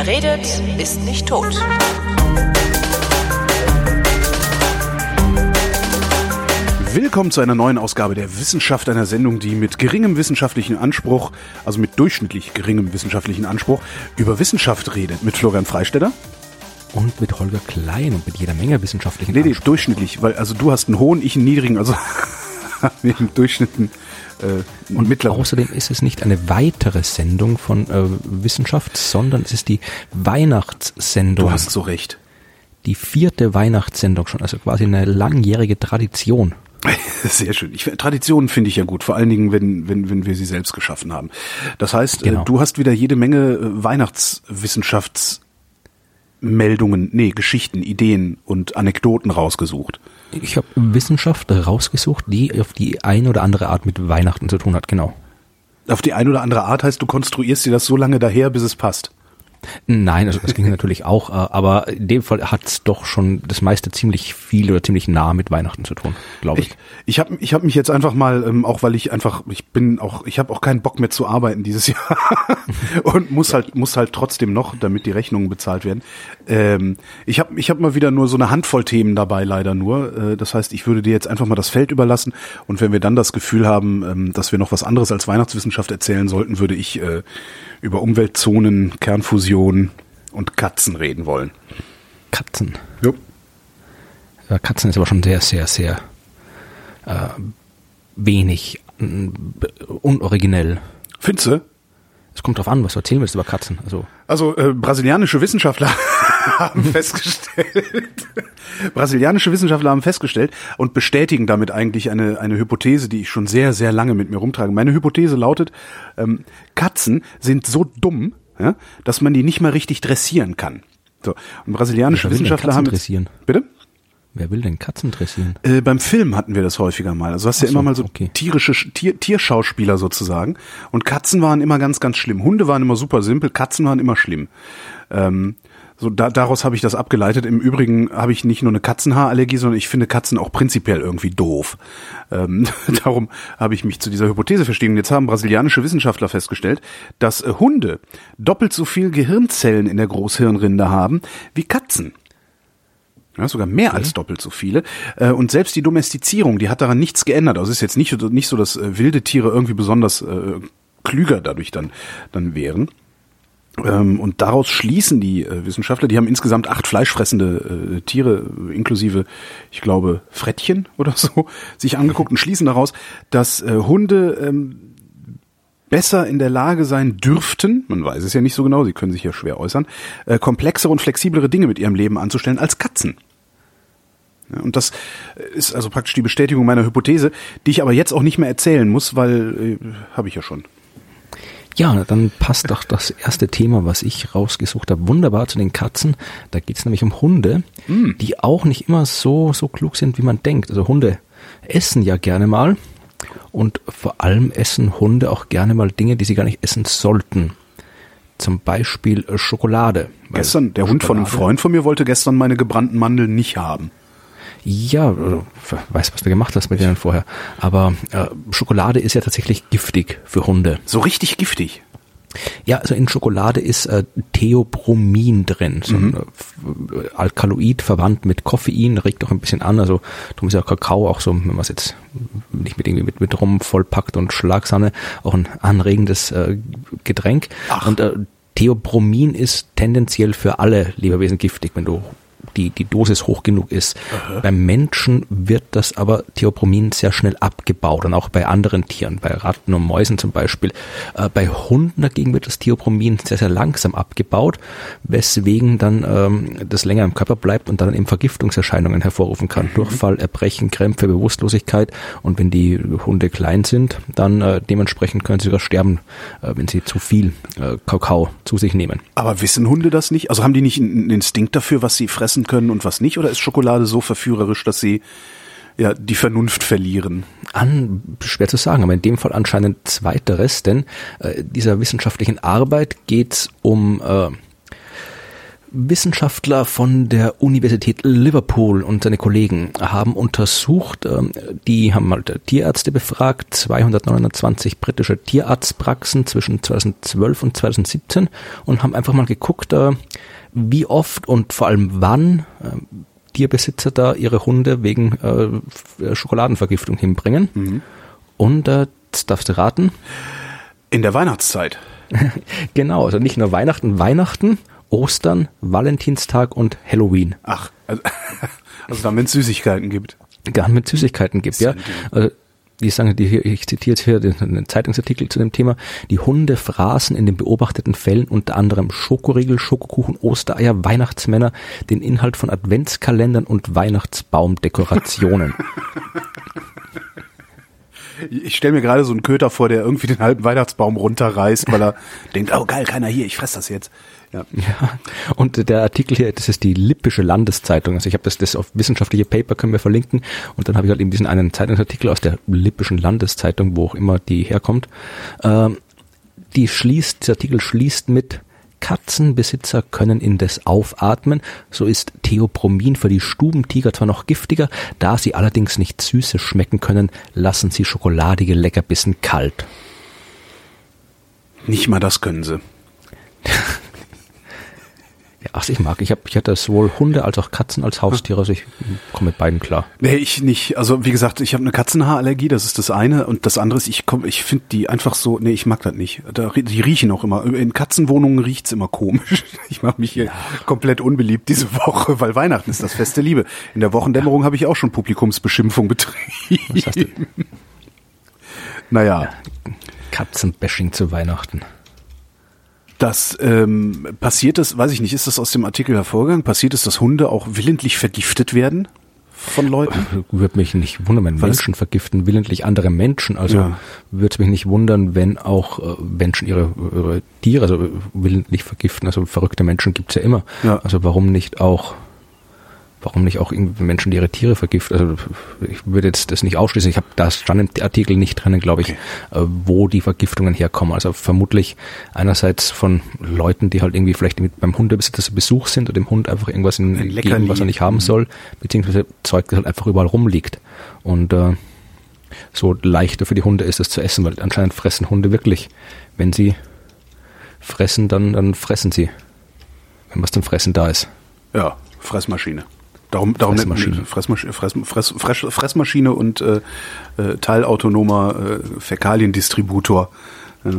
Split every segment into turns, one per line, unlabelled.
Wer redet, ist nicht tot.
Willkommen zu einer neuen Ausgabe der Wissenschaft, einer Sendung, die mit geringem wissenschaftlichen Anspruch, also mit durchschnittlich geringem wissenschaftlichen Anspruch, über Wissenschaft redet. Mit Florian Freistetter.
Und mit Holger Klein und mit jeder Menge wissenschaftlichen
Anspruch.
Nee,
durchschnittlich, weil also du hast einen hohen, ich einen niedrigen, also mit dem Durchschnitten
und mittleren. Außerdem ist es nicht eine weitere Sendung von Wissenschaft, sondern es ist die Weihnachtssendung.
Du hast so recht.
Die 4. Weihnachtssendung schon, also quasi eine langjährige Tradition.
Sehr schön. Traditionen finde ich ja gut, vor allen Dingen, wenn wir sie selbst geschaffen haben. Das heißt, genau. Du hast wieder jede Menge Geschichten, Ideen und Anekdoten rausgesucht.
Ich habe Wissenschaft rausgesucht, die auf die eine oder andere Art mit Weihnachten zu tun hat, genau.
Auf die eine oder andere Art heißt, du konstruierst dir das so lange daher, bis es passt.
Nein, also das ging natürlich auch, aber in dem Fall hat's doch schon das meiste ziemlich viel oder ziemlich nah mit Weihnachten zu tun, glaube ich.
Ich hab mich jetzt einfach mal, auch weil ich habe auch keinen Bock mehr zu arbeiten dieses Jahr und muss halt trotzdem noch, damit die Rechnungen bezahlt werden. Ich hab mal wieder nur so eine Handvoll Themen dabei, leider nur. Das heißt, ich würde dir jetzt einfach mal das Feld überlassen und wenn wir dann das Gefühl haben, dass wir noch was anderes als Weihnachtswissenschaft erzählen sollten, würde ich über Umweltzonen, Kernfusion und Katzen reden wollen.
Katzen?
Jo.
Ja, Katzen ist aber schon sehr, sehr, sehr wenig unoriginell.
Findest du?
Es kommt drauf an, was du erzählen willst über Katzen.
Also brasilianische Wissenschaftler haben festgestellt und bestätigen damit eigentlich eine Hypothese, die ich schon sehr, sehr lange mit mir rumtrage. Meine Hypothese lautet, Katzen sind so dumm, ja, dass man die nicht mal richtig dressieren kann. So. Und brasilianische Wissenschaftler haben
dressieren.
Bitte?
Wer will denn Katzen dressieren?
Beim Film hatten wir das häufiger mal. Also hast ja immer mal so Tierschauspieler sozusagen. Und Katzen waren immer ganz, ganz schlimm. Hunde waren immer super simpel, Katzen waren immer schlimm. Daraus habe ich das abgeleitet. Im Übrigen habe ich nicht nur eine Katzenhaarallergie, sondern ich finde Katzen auch prinzipiell irgendwie doof. Darum habe ich mich zu dieser Hypothese verstiegen. Jetzt haben brasilianische Wissenschaftler festgestellt, dass Hunde doppelt so viel Gehirnzellen in der Großhirnrinde haben wie Katzen. Ja, sogar mehr als doppelt so viele. Und selbst die Domestizierung, die hat daran nichts geändert. Also es ist jetzt nicht so, dass wilde Tiere irgendwie besonders klüger dadurch dann wären. Und daraus schließen die Wissenschaftler, die haben insgesamt 8 fleischfressende Tiere, inklusive, ich glaube, Frettchen oder so, sich angeguckt und schließen daraus, dass Hunde besser in der Lage sein dürften, man weiß es ja nicht so genau, sie können sich ja schwer äußern, komplexere und flexiblere Dinge mit ihrem Leben anzustellen als Katzen. Ja, und das ist also praktisch die Bestätigung meiner Hypothese, die ich aber jetzt auch nicht mehr erzählen muss, weil habe ich ja schon.
Ja, dann passt doch das erste Thema, was ich rausgesucht habe, wunderbar zu den Katzen. Da geht es nämlich um Hunde, die auch nicht immer so klug sind, wie man denkt. Also Hunde essen ja gerne mal und vor allem essen Hunde auch gerne mal Dinge, die sie gar nicht essen sollten. Zum Beispiel Schokolade.
Gestern, der Hund von einem Freund von mir wollte gestern meine gebrannten Mandeln nicht haben.
Ja, weiß, was du gemacht hast mit denen vorher. Aber Schokolade ist ja tatsächlich giftig für Hunde.
So richtig giftig?
Ja, also in Schokolade ist Theobromin drin. So ein Alkaloid verwandt mit Koffein, regt auch ein bisschen an. Also darum ist ja Kakao auch so, wenn man es jetzt nicht mit Rum vollpackt und Schlagsahne, auch ein anregendes Getränk.
Ach.
Und Theobromin ist tendenziell für alle Lebewesen giftig, wenn du die Dosis hoch genug ist. Aha. Beim Menschen wird das aber Theobromin sehr schnell abgebaut und auch bei anderen Tieren, bei Ratten und Mäusen zum Beispiel. Bei Hunden dagegen wird das Theobromin sehr, sehr langsam abgebaut, weswegen dann das länger im Körper bleibt und dann eben Vergiftungserscheinungen hervorrufen kann. Durchfall, Erbrechen, Krämpfe, Bewusstlosigkeit und wenn die Hunde klein sind, dann dementsprechend können sie sogar sterben, wenn sie zu viel Kakao zu sich nehmen.
Aber wissen Hunde das nicht? Also haben die nicht einen Instinkt dafür, was sie fressen können und was nicht? Oder ist Schokolade so verführerisch, dass sie ja die Vernunft verlieren?
Schwer zu sagen, aber in dem Fall anscheinend zweiteres, denn dieser wissenschaftlichen Arbeit geht es um Wissenschaftler von der Universität Liverpool und seine Kollegen haben untersucht, die haben halt Tierärzte befragt, 229 britische Tierarztpraxen zwischen 2012 und 2017 und haben einfach mal geguckt, wie oft und vor allem wann Tierbesitzer da ihre Hunde wegen Schokoladenvergiftung hinbringen. Mhm. Und jetzt darfst du raten.
In der Weihnachtszeit.
Genau, also nicht nur Weihnachten, Ostern, Valentinstag und Halloween.
Ach, also damit es Süßigkeiten gibt.
Gar mit Süßigkeiten gibt, ja. Also, ich zitiere jetzt hier den Zeitungsartikel zu dem Thema. Die Hunde fraßen in den beobachteten Fällen unter anderem Schokoriegel, Schokokuchen, Ostereier, Weihnachtsmänner, den Inhalt von Adventskalendern und Weihnachtsbaumdekorationen.
Ich stelle mir gerade so einen Köter vor, der irgendwie den halben Weihnachtsbaum runterreißt, weil er denkt, oh geil, keiner hier, ich fress das jetzt. Ja.
Ja, und der Artikel hier, das ist die Lippische Landeszeitung. Also ich habe das auf wissenschaftliche Paper, können wir verlinken. Und dann habe ich halt eben diesen einen Zeitungsartikel aus der Lippischen Landeszeitung, wo auch immer die herkommt. Dieser Artikel schließt mit: Katzenbesitzer können indes aufatmen. So ist Theopromin für die Stubentiger zwar noch giftiger, da sie allerdings nicht Süßes schmecken können, lassen sie schokoladige Leckerbissen kalt.
Nicht mal das können sie.
Ja, ach, ich hatte sowohl Hunde als auch Katzen als Haustiere, also ich komme mit beiden klar.
Nee, ich nicht. Also wie gesagt, ich habe eine Katzenhaarallergie, das ist das eine. Und das andere ist, ich finde die einfach so, nee, ich mag das nicht. Die riechen auch immer. In Katzenwohnungen riecht's immer komisch. Ich mache mich hier komplett unbeliebt diese Woche, weil Weihnachten ist das Fest der Liebe. In der Wochendämmerung habe ich auch schon Publikumsbeschimpfung betrieben.
Was hast du?
Naja.
Ja, Katzenbashing zu Weihnachten.
Das passiert es, weiß ich nicht, ist das aus dem Artikel hervorgegangen? Passiert es, dass Hunde auch willentlich vergiftet werden von Leuten?
Würde mich nicht wundern, wenn Menschen vergiften willentlich andere Menschen. Also würde es mich nicht wundern, wenn auch Menschen ihre Tiere also willentlich vergiften. Also verrückte Menschen gibt's ja immer. Ja. Also warum nicht auch Menschen, die ihre Tiere vergiften? Also ich würde jetzt das nicht ausschließen. Da stand im Artikel nicht drinnen, glaube ich, wo die Vergiftungen herkommen. Also vermutlich einerseits von Leuten, die halt irgendwie vielleicht beim Hundebesitzer zu Besuch sind oder dem Hund einfach irgendwas geben, was er nicht haben soll, beziehungsweise Zeug, das halt einfach überall rumliegt. Und so leichter für die Hunde ist es zu essen, weil anscheinend fressen Hunde wirklich. Wenn sie fressen, dann fressen sie. Wenn was zum Fressen da ist.
Ja, Fressmaschine. Darum Fressmaschine und teilautonomer Fäkaliendistributor. Ja.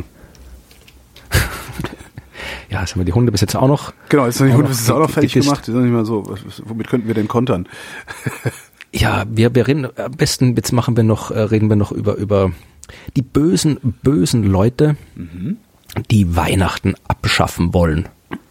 Ja, jetzt haben wir die Hundebesitzer auch noch.
Genau, jetzt haben die Hundebesitzer auch noch fertig gemacht. Die sind nicht mal so, womit könnten wir denn kontern?
Ja, wir reden, am besten jetzt reden wir noch über die bösen Leute, die Weihnachten abschaffen wollen.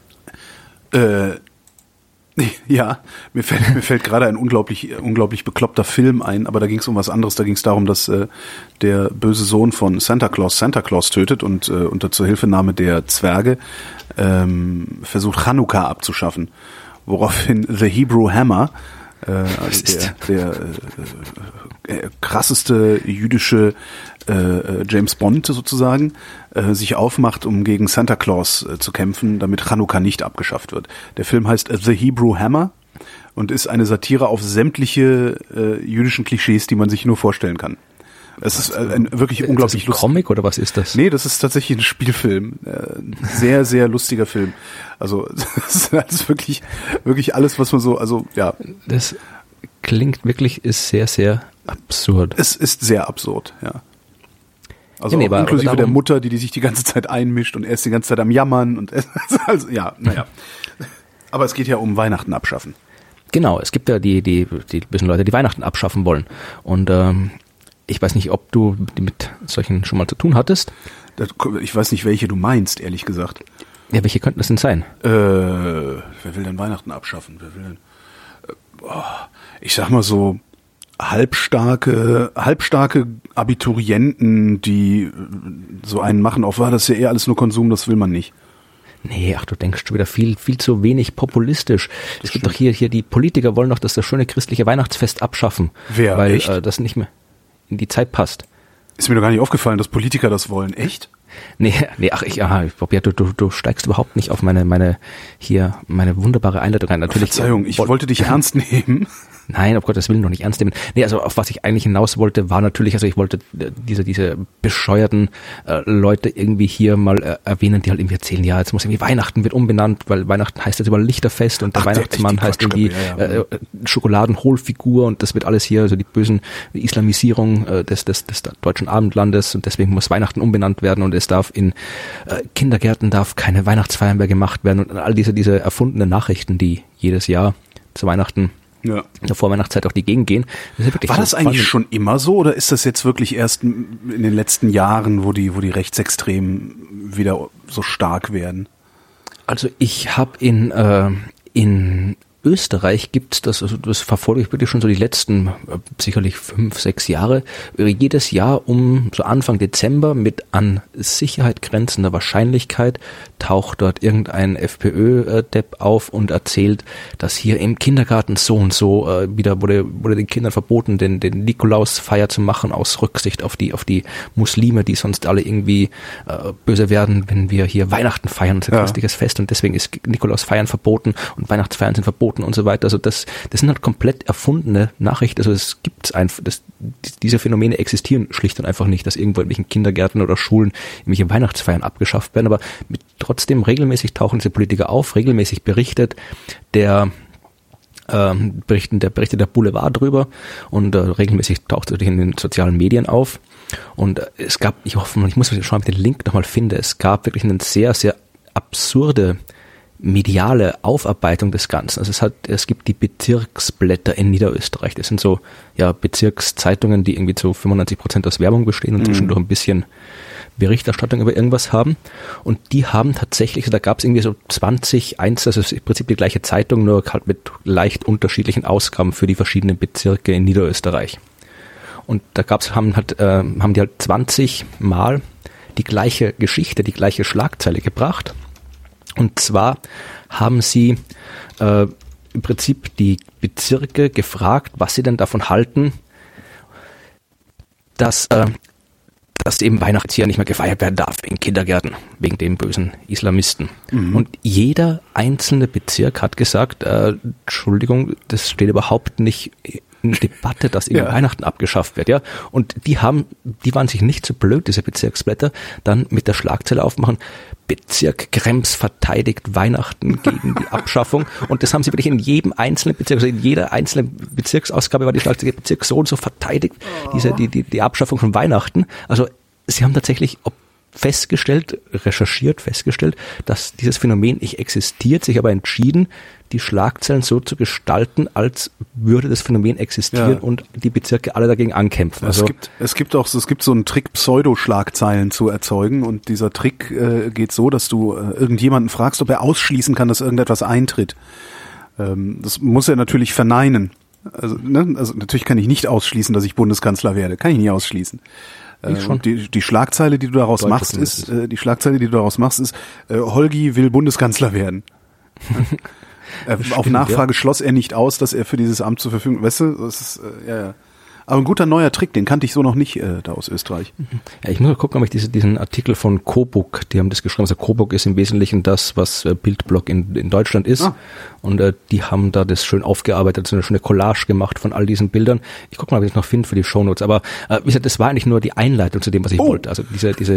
Ja, mir fällt gerade ein unglaublich bekloppter Film ein, aber da ging es um was anderes. Da ging es darum, dass der böse Sohn von Santa Claus tötet und unter Zuhilfenahme der Zwerge versucht, Chanukka abzuschaffen. Woraufhin The Hebrew Hammer, also der krasseste jüdische James Bond sozusagen, sich aufmacht, um gegen Santa Claus zu kämpfen, damit Chanukka nicht abgeschafft wird. Der Film heißt The Hebrew Hammer und ist eine Satire auf sämtliche jüdischen Klischees, die man sich nur vorstellen kann. Es ist ein wirklich unglaublich lustiger
Comic oder was ist das?
Nee, das ist tatsächlich ein Spielfilm. Sehr, sehr lustiger Film. Also das ist wirklich alles, was man so, also ja.
Das klingt wirklich, ist sehr, sehr absurd.
Es ist sehr absurd, ja. Also ja, inklusive der Mutter, die sich die ganze Zeit einmischt und er ist die ganze Zeit am Jammern und also ja, naja. Aber es geht ja um Weihnachten abschaffen.
Genau, es gibt ja die bösen Leute, die Weihnachten abschaffen wollen. Und ich weiß nicht, ob du mit solchen schon mal zu tun hattest.
Ich weiß nicht, welche du meinst, ehrlich gesagt.
Ja, welche könnten das denn sein?
Wer will denn Weihnachten abschaffen? Wer will denn? Ich sag mal so halbstarke Abiturienten, die so einen machen, auf das ist ja eher alles nur Konsum, das will man nicht.
Nee, ach, du denkst schon wieder viel zu wenig populistisch. Es gibt doch hier die Politiker wollen doch das schöne christliche Weihnachtsfest abschaffen.
Wer?
Weil
echt?
Das nicht mehr in die Zeit passt.
Ist mir doch gar nicht aufgefallen, dass Politiker das wollen. Echt?
Nee, du steigst überhaupt nicht auf meine wunderbare Einleitung ein. Natürlich.
Verzeihung, ich wollte dich ernst nehmen.
Nein, um Gottes Willen noch nicht ernst nehmen. Nee, also auf was ich eigentlich hinaus wollte, war natürlich, also ich wollte diese bescheuerten Leute irgendwie hier mal erwähnen, die halt irgendwie erzählen, ja, jetzt muss irgendwie Weihnachten wird umbenannt, weil Weihnachten heißt jetzt über Lichterfest und der Weihnachtsmann heißt irgendwie Schokoladenhohlfigur und das wird alles hier, also die bösen Islamisierung des deutschen Abendlandes und deswegen muss Weihnachten umbenannt werden und es darf in Kindergärten keine Weihnachtsfeiern mehr gemacht werden und all diese erfundenen Nachrichten, die jedes Jahr zu Weihnachten in der Vorweihnachtszeit auch die Gegend gehen.
War das eigentlich schon immer so oder ist das jetzt wirklich erst in den letzten Jahren, wo die Rechtsextremen wieder so stark werden?
Also ich habe in Österreich gibt's das, also das verfolge ich wirklich schon so die letzten sicherlich 5-6 Jahre, jedes Jahr so Anfang Dezember mit an Sicherheit grenzender Wahrscheinlichkeit taucht dort irgendein FPÖ-Depp auf und erzählt, dass hier im Kindergarten so und so wieder wurde den Kindern verboten, den Nikolausfeier zu machen aus Rücksicht auf die Muslime, die sonst alle irgendwie böse werden, wenn wir hier Weihnachten feiern, das ist ein christliches Fest und deswegen ist Nikolausfeiern verboten und Weihnachtsfeiern sind verboten und so weiter. Also das sind halt komplett erfundene Nachrichten. Also es gibt einfach, diese Phänomene existieren schlicht und einfach nicht, dass irgendwo in welchen Kindergärten oder Schulen irgendwelche Weihnachtsfeiern abgeschafft werden, aber trotzdem regelmäßig tauchen diese Politiker auf, regelmäßig berichtet der Boulevard drüber und regelmäßig taucht es in den sozialen Medien auf. Und es gab, ich muss schauen, ob ich den Link nochmal finde, es gab wirklich eine sehr, sehr absurde mediale Aufarbeitung des Ganzen. Also es gibt die Bezirksblätter in Niederösterreich. Das sind so Bezirkszeitungen, die irgendwie zu 95% aus Werbung bestehen und zwischendurch ein bisschen Berichterstattung über irgendwas haben. Und die haben tatsächlich, also da gab es irgendwie so 20 also im Prinzip die gleiche Zeitung, nur halt mit leicht unterschiedlichen Ausgaben für die verschiedenen Bezirke in Niederösterreich. Und da haben die halt 20 Mal die gleiche Geschichte, die gleiche Schlagzeile gebracht. Und zwar haben sie im Prinzip die Bezirke gefragt, was sie denn davon halten, dass eben Weihnachten hier nicht mehr gefeiert werden darf in Kindergärten, wegen den bösen Islamisten. Und jeder einzelne Bezirk hat gesagt, Entschuldigung, das steht überhaupt nicht in Debatte, dass eben Weihnachten abgeschafft wird, ja. Und die waren sich nicht so blöd, diese Bezirksblätter, dann mit der Schlagzeile aufmachen, Bezirk Krems verteidigt Weihnachten gegen die Abschaffung. Und das haben sie wirklich in jedem einzelnen Bezirk, also in jeder einzelnen Bezirksausgabe war die Schlagzeile Bezirk so und so verteidigt, die Abschaffung von Weihnachten. Also sie haben tatsächlich festgestellt, dass dieses Phänomen nicht existiert, sich aber entschieden, die Schlagzeilen so zu gestalten, als würde das Phänomen existieren und die Bezirke alle dagegen ankämpfen. Also
es gibt so einen Trick, Pseudo-Schlagzeilen zu erzeugen und dieser Trick geht so, dass du irgendjemanden fragst, ob er ausschließen kann, dass irgendetwas eintritt. Das muss er natürlich verneinen. Also natürlich kann ich nicht ausschließen, dass ich Bundeskanzler werde. Kann ich nie ausschließen. Und die Schlagzeile, die du daraus machst, ist Holgi will Bundeskanzler werden. Auf Nachfrage schloss er nicht aus, dass er für dieses Amt zur Verfügung, weißt du, das ist, Aber ein guter neuer Trick, den kannte ich so noch nicht da aus Österreich.
Ja, ich muss mal gucken, ob ich diesen Artikel von Coburg, die haben das geschrieben, also Coburg ist im Wesentlichen das, was Bildblog in Deutschland ist. Und die haben da das schön aufgearbeitet, so eine schöne Collage gemacht von all diesen Bildern. Ich gucke mal, ob ich das noch finde für die Shownotes. Aber wie gesagt, das war eigentlich nur die Einleitung zu dem, was ich wollte. Also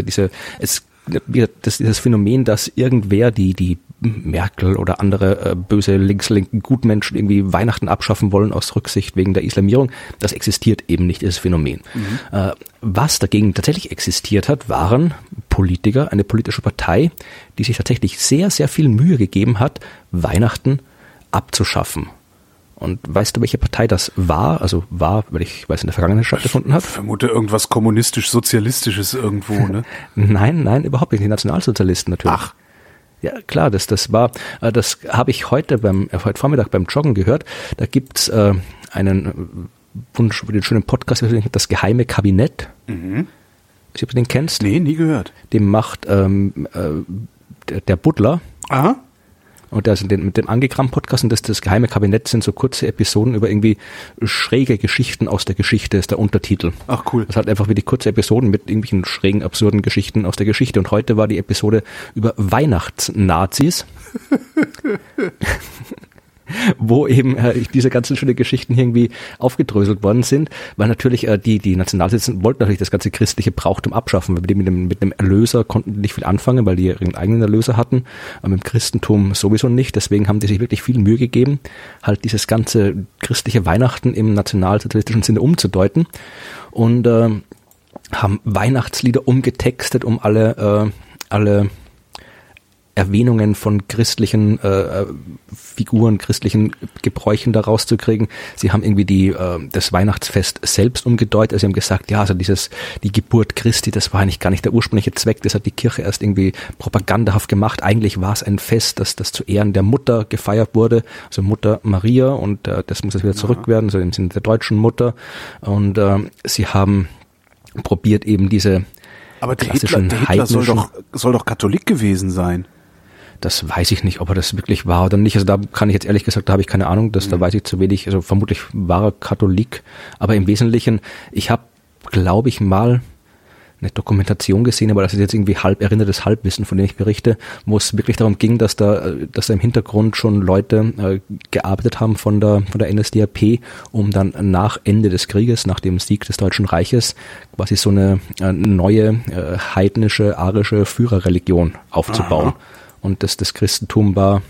dieses Phänomen, dass irgendwer die Merkel oder andere böse linkslinken Gutmenschen irgendwie Weihnachten abschaffen wollen aus Rücksicht wegen der Islamierung, das existiert eben nicht, dieses Phänomen. Was dagegen tatsächlich existiert hat, waren Politiker, eine politische Partei, die sich tatsächlich sehr, sehr viel Mühe gegeben hat, Weihnachten abzuschaffen. Und weißt du, welche Partei das war? Also weil es in der Vergangenheit stattgefunden hat?
Ich vermute irgendwas kommunistisch-sozialistisches irgendwo, ne?
Nein, überhaupt nicht. Die Nationalsozialisten natürlich. Ach. Ja, klar, das habe ich heute Vormittag beim Joggen gehört. Da gibt's einen Wunsch über den schönen Podcast, das geheime Kabinett. Mhm. Ich weiß nicht, ob du den kennst.
Nee, nie gehört.
Den macht der Butler.
Aha.
Und also mit dem Angegramm-Podcast und das geheime Kabinett sind so kurze Episoden über irgendwie schräge Geschichten aus der Geschichte, ist der Untertitel.
Ach cool.
Das hat einfach wie die kurze Episoden mit irgendwelchen schrägen, absurden Geschichten aus der Geschichte. Und heute war die Episode über Weihnachtsnazis. Wo eben diese ganzen schönen Geschichten irgendwie aufgedröselt worden sind, weil natürlich die Nationalsozialisten wollten natürlich das ganze christliche Brauchtum abschaffen, weil mit dem Erlöser konnten die nicht viel anfangen, weil die ihren eigenen Erlöser hatten, aber mit dem Christentum sowieso nicht, deswegen haben die sich wirklich viel Mühe gegeben, halt dieses ganze christliche Weihnachten im nationalsozialistischen Sinne umzudeuten und haben Weihnachtslieder umgetextet, um alle Erwähnungen von christlichen Figuren, christlichen Gebräuchen da rauszukriegen. Sie haben irgendwie das Weihnachtsfest selbst umgedeutet. Also sie haben gesagt, ja, also die Geburt Christi, das war eigentlich gar nicht der ursprüngliche Zweck. Das hat die Kirche erst irgendwie propagandahaft gemacht. Eigentlich war es ein Fest, das zu Ehren der Mutter gefeiert wurde. Also Mutter Maria und das muss jetzt wieder zurück werden, so im Sinne der deutschen Mutter. Und sie haben probiert eben diese
aber der Hitler soll doch Katholik gewesen sein.
Das weiß ich nicht, ob er das wirklich war oder nicht. Also da kann ich jetzt ehrlich gesagt, da habe ich keine Ahnung, da weiß ich zu wenig. Also vermutlich war er Katholik, aber im Wesentlichen, ich habe, glaube ich, mal eine Dokumentation gesehen, aber das ist jetzt irgendwie halb erinnertes Halbwissen, von dem ich berichte, wo es wirklich darum ging, dass da im Hintergrund schon Leute gearbeitet haben von der NSDAP, um dann nach Ende des Krieges, nach dem Sieg des Deutschen Reiches, quasi so eine neue heidnische, arische Führerreligion aufzubauen. Aha. Und das Christentum war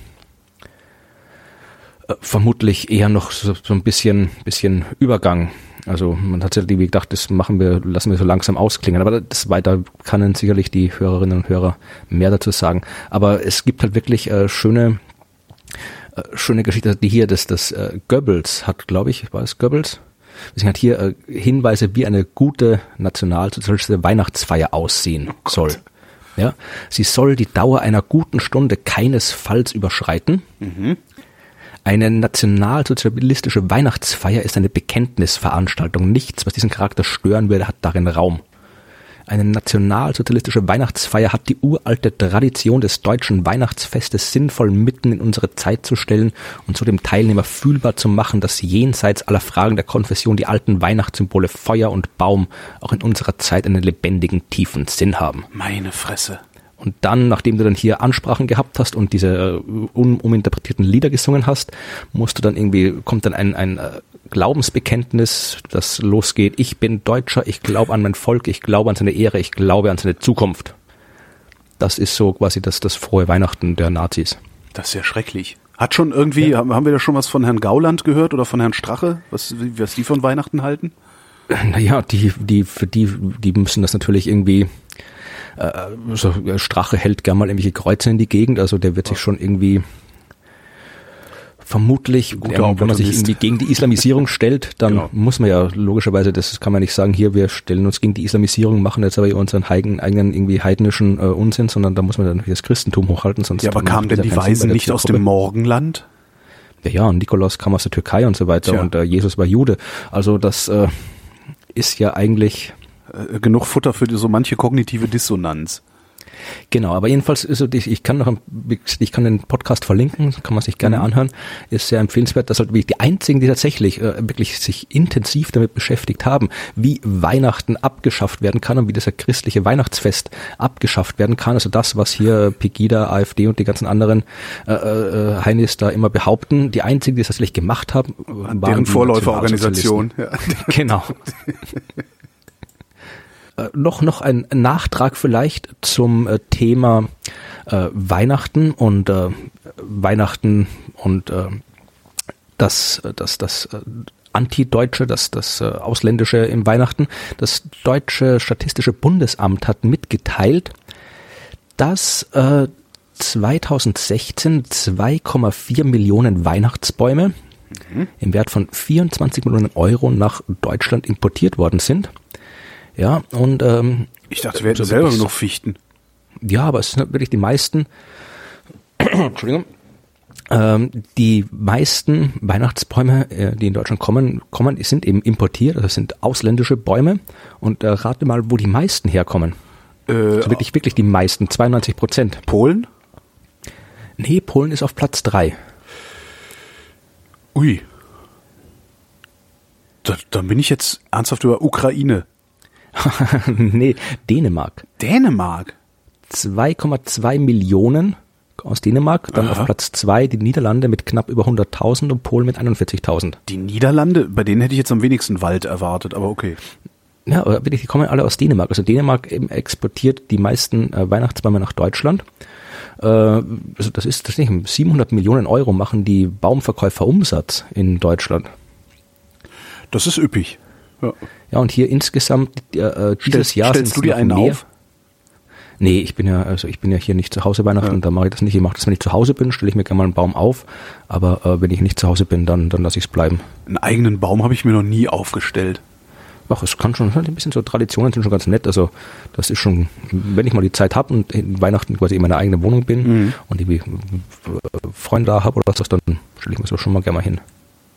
vermutlich eher noch so ein bisschen Übergang. Also man hat sich irgendwie gedacht, lassen wir so langsam ausklingen. Aber weiter können sicherlich die Hörerinnen und Hörer mehr dazu sagen. Aber es gibt halt wirklich schöne Geschichte, die hier, das Goebbels hat, glaube ich, war es Goebbels? Deswegen hat hier Hinweise, wie eine gute nationalsozialistische Weihnachtsfeier aussehen soll. Ja, sie soll die Dauer einer guten Stunde keinesfalls überschreiten. Mhm. Eine nationalsozialistische Weihnachtsfeier ist eine Bekenntnisveranstaltung. Nichts, was diesen Charakter stören würde, hat darin Raum. Eine nationalsozialistische Weihnachtsfeier hat die uralte Tradition des deutschen Weihnachtsfestes sinnvoll mitten in unsere Zeit zu stellen und so dem Teilnehmer fühlbar zu machen, dass jenseits aller Fragen der Konfession die alten Weihnachtssymbole Feuer und Baum auch in unserer Zeit einen lebendigen, tiefen Sinn haben.
Meine Fresse.
Und dann, nachdem du dann hier Ansprachen gehabt hast und diese uminterpretierten Lieder gesungen hast, kommt dann ein Glaubensbekenntnis, das losgeht. Ich bin Deutscher, ich glaube an mein Volk, ich glaube an seine Ehre, ich glaube an seine Zukunft. Das ist so quasi das frohe Weihnachten der Nazis.
Das ist ja schrecklich. Hat schon irgendwie, haben wir da schon was von Herrn Gauland gehört oder von Herrn Strache, was die von Weihnachten halten?
Naja, die müssen das natürlich irgendwie, Strache hält gern mal irgendwelche Kreuze in die Gegend, also der wird sich schon irgendwie vermutlich, wenn man sich irgendwie gegen die Islamisierung stellt, dann muss man ja logischerweise, das kann man nicht sagen, hier, wir stellen uns gegen die Islamisierung, machen jetzt aber unseren eigenen irgendwie heidnischen Unsinn, sondern da muss man dann das Christentum hochhalten. Sonst
ja, aber kamen denn die Weisen nicht aus dem Morgenland?
Ja, und Nikolaus kam aus der Türkei und so weiter und Jesus war Jude. Also das ist ja eigentlich
genug Futter für so manche kognitive Dissonanz.
Genau, aber jedenfalls, also ich kann den Podcast verlinken, kann man sich gerne anhören, ist sehr empfehlenswert, dass halt wirklich die einzigen, die tatsächlich wirklich sich intensiv damit beschäftigt haben, wie Weihnachten abgeschafft werden kann und wie das christliche Weihnachtsfest abgeschafft werden kann, also das, was hier Pegida, AfD und die ganzen anderen Heinis da immer behaupten, die einzigen, die es tatsächlich gemacht haben, waren
deren Vorläuferorganisation. Ja.
Genau. Noch ein Nachtrag vielleicht zum Thema Weihnachten und das Antideutsche, das Ausländische im Weihnachten. Das Deutsche Statistische Bundesamt hat mitgeteilt, dass 2016 2,4 Millionen Weihnachtsbäume im Wert von 24 Millionen Euro nach Deutschland importiert worden sind. Ja, und
ich dachte, wir hätten selber noch Fichten.
Ja, aber es sind wirklich die meisten, Entschuldigung, die meisten Weihnachtsbäume, die in Deutschland kommen, sind eben importiert, also sind ausländische Bäume. Und rate mal, wo die meisten herkommen. Also wirklich die meisten, 92%.
Polen?
Nee, Polen ist auf Platz 3.
Ui. Dann bin ich jetzt ernsthaft über Ukraine.
Nee, Dänemark.
Dänemark?
2,2 Millionen aus Dänemark, dann auf Platz 2 die Niederlande mit knapp über 100.000 und Polen mit 41.000.
Die Niederlande, bei denen hätte ich jetzt am wenigsten Wald erwartet, aber okay.
Ja, aber wirklich, die kommen alle aus Dänemark. Also Dänemark eben exportiert die meisten Weihnachtsbäume nach Deutschland. Also das ist 700 Millionen Euro machen die Baumverkäufer Umsatz in Deutschland.
Das ist üppig.
Ja, und hier insgesamt dieses Jahr
stellst du dir einen
mehr.
auf?
Nee, ich bin ja hier nicht zu Hause Weihnachten, da mache ich das nicht. Ich mache das, wenn ich zu Hause bin, stelle ich mir gerne mal einen Baum auf, aber wenn ich nicht zu Hause bin, dann lasse ich es bleiben.
Einen eigenen Baum habe ich mir noch nie aufgestellt.
Ach, es kann schon, ein bisschen so Traditionen sind schon ganz nett, also das ist schon, wenn ich mal die Zeit habe und in Weihnachten quasi in meiner eigenen Wohnung bin und irgendwie Freunde da habe oder was, dann stelle ich mir so schon mal gerne mal hin.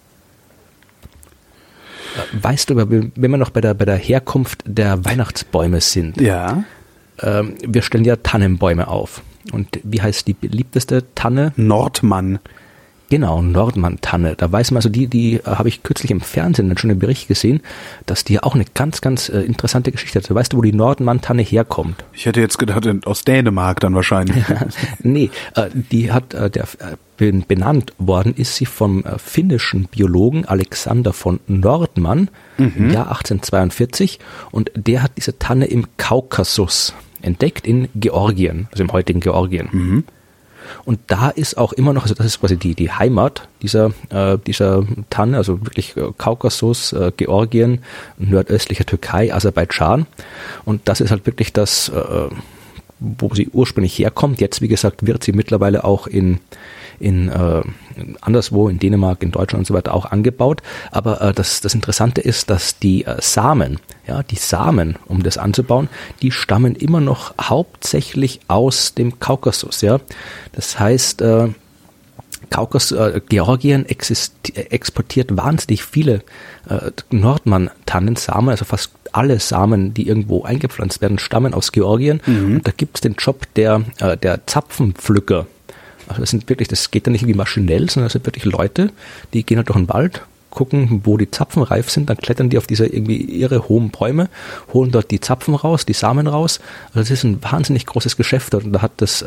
Weißt du, wenn wir noch bei der Herkunft der Weihnachtsbäume sind?
Ja.
Wir stellen ja Tannenbäume auf. Und wie heißt die beliebteste Tanne?
Nordmann.
Genau, Nordmann-Tanne. Da weiß man, also die habe ich kürzlich im Fernsehen schon im Bericht gesehen, dass die auch eine ganz, ganz interessante Geschichte hat. Weißt du, wo die Nordmann-Tanne herkommt?
Ich hätte jetzt gedacht, aus Dänemark dann wahrscheinlich.
Nee, die hat benannt worden ist sie vom finnischen Biologen Alexander von Nordmann im Jahr 1842 und der hat diese Tanne im Kaukasus entdeckt in Georgien, also im heutigen Georgien. Und da ist auch immer noch, also das ist quasi die Heimat dieser Tanne, also wirklich Kaukasus, Georgien, nordöstlicher Türkei, Aserbaidschan. Und das ist halt wirklich das, wo sie ursprünglich herkommt. Jetzt, wie gesagt, wird sie mittlerweile auch in anderswo, in Dänemark, in Deutschland und so weiter auch angebaut. Aber das Interessante ist, dass die Samen, um das anzubauen, die stammen immer noch hauptsächlich aus dem Kaukasus. Ja, das heißt, Georgien exportiert wahnsinnig viele Nordmann-Tannensamen, also fast alle Samen, die irgendwo eingepflanzt werden, stammen aus Georgien. Und da gibt es den Job der Zapfenpflücker. Also das geht dann nicht irgendwie maschinell, sondern das sind wirklich Leute, die gehen halt durch den Wald, gucken, wo die Zapfen reif sind, dann klettern die auf diese irgendwie irre hohen Bäume, holen dort die Zapfen raus, die Samen raus. Also das ist ein wahnsinnig großes Geschäft und da hat das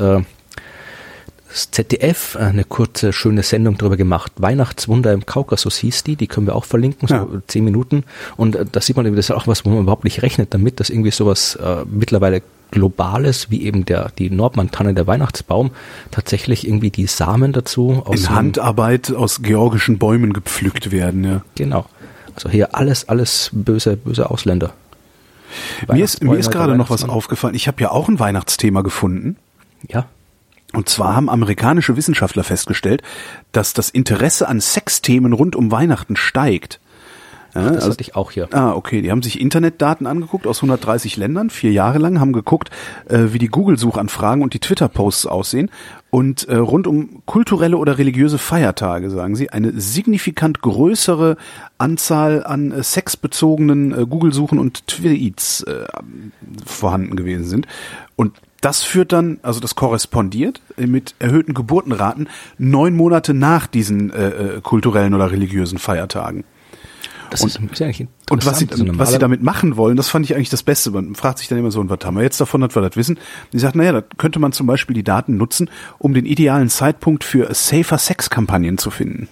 ZDF eine kurze, schöne Sendung darüber gemacht. Weihnachtswunder im Kaukasus hieß die können wir auch verlinken, so 10 Minuten. Und da sieht man, das ist auch was, wo man überhaupt nicht rechnet damit, dass irgendwie sowas mittlerweile Globales, wie eben die Nordmann-Tanne, der Weihnachtsbaum, tatsächlich irgendwie die Samen dazu
in Handarbeit aus georgischen Bäumen gepflückt werden, ja.
Genau. Also hier alles böse Ausländer.
Mir ist gerade noch was aufgefallen. Ich habe ja auch ein Weihnachtsthema gefunden.
Ja.
Und zwar haben amerikanische Wissenschaftler festgestellt, dass das Interesse an Sexthemen rund um Weihnachten steigt.
Ja, das hatte ich auch hier.
Okay. Die haben sich Internetdaten angeguckt aus 130 Ländern, 4 Jahre lang, haben geguckt, wie die Google-Suchanfragen und die Twitter-Posts aussehen. Und rund um kulturelle oder religiöse Feiertage, sagen sie, eine signifikant größere Anzahl an sexbezogenen Google-Suchen und Tweets vorhanden gewesen sind. Und das führt dann, also das korrespondiert mit erhöhten Geburtenraten 9 Monate nach diesen kulturellen oder religiösen Feiertagen.
Das ist eigentlich
und was sie damit machen wollen, das fand ich eigentlich das Beste. Man fragt sich dann immer so, und was haben wir jetzt davon, dass wir das wissen? Die sagt, da könnte man zum Beispiel die Daten nutzen, um den idealen Zeitpunkt für Safer-Sex-Kampagnen zu finden.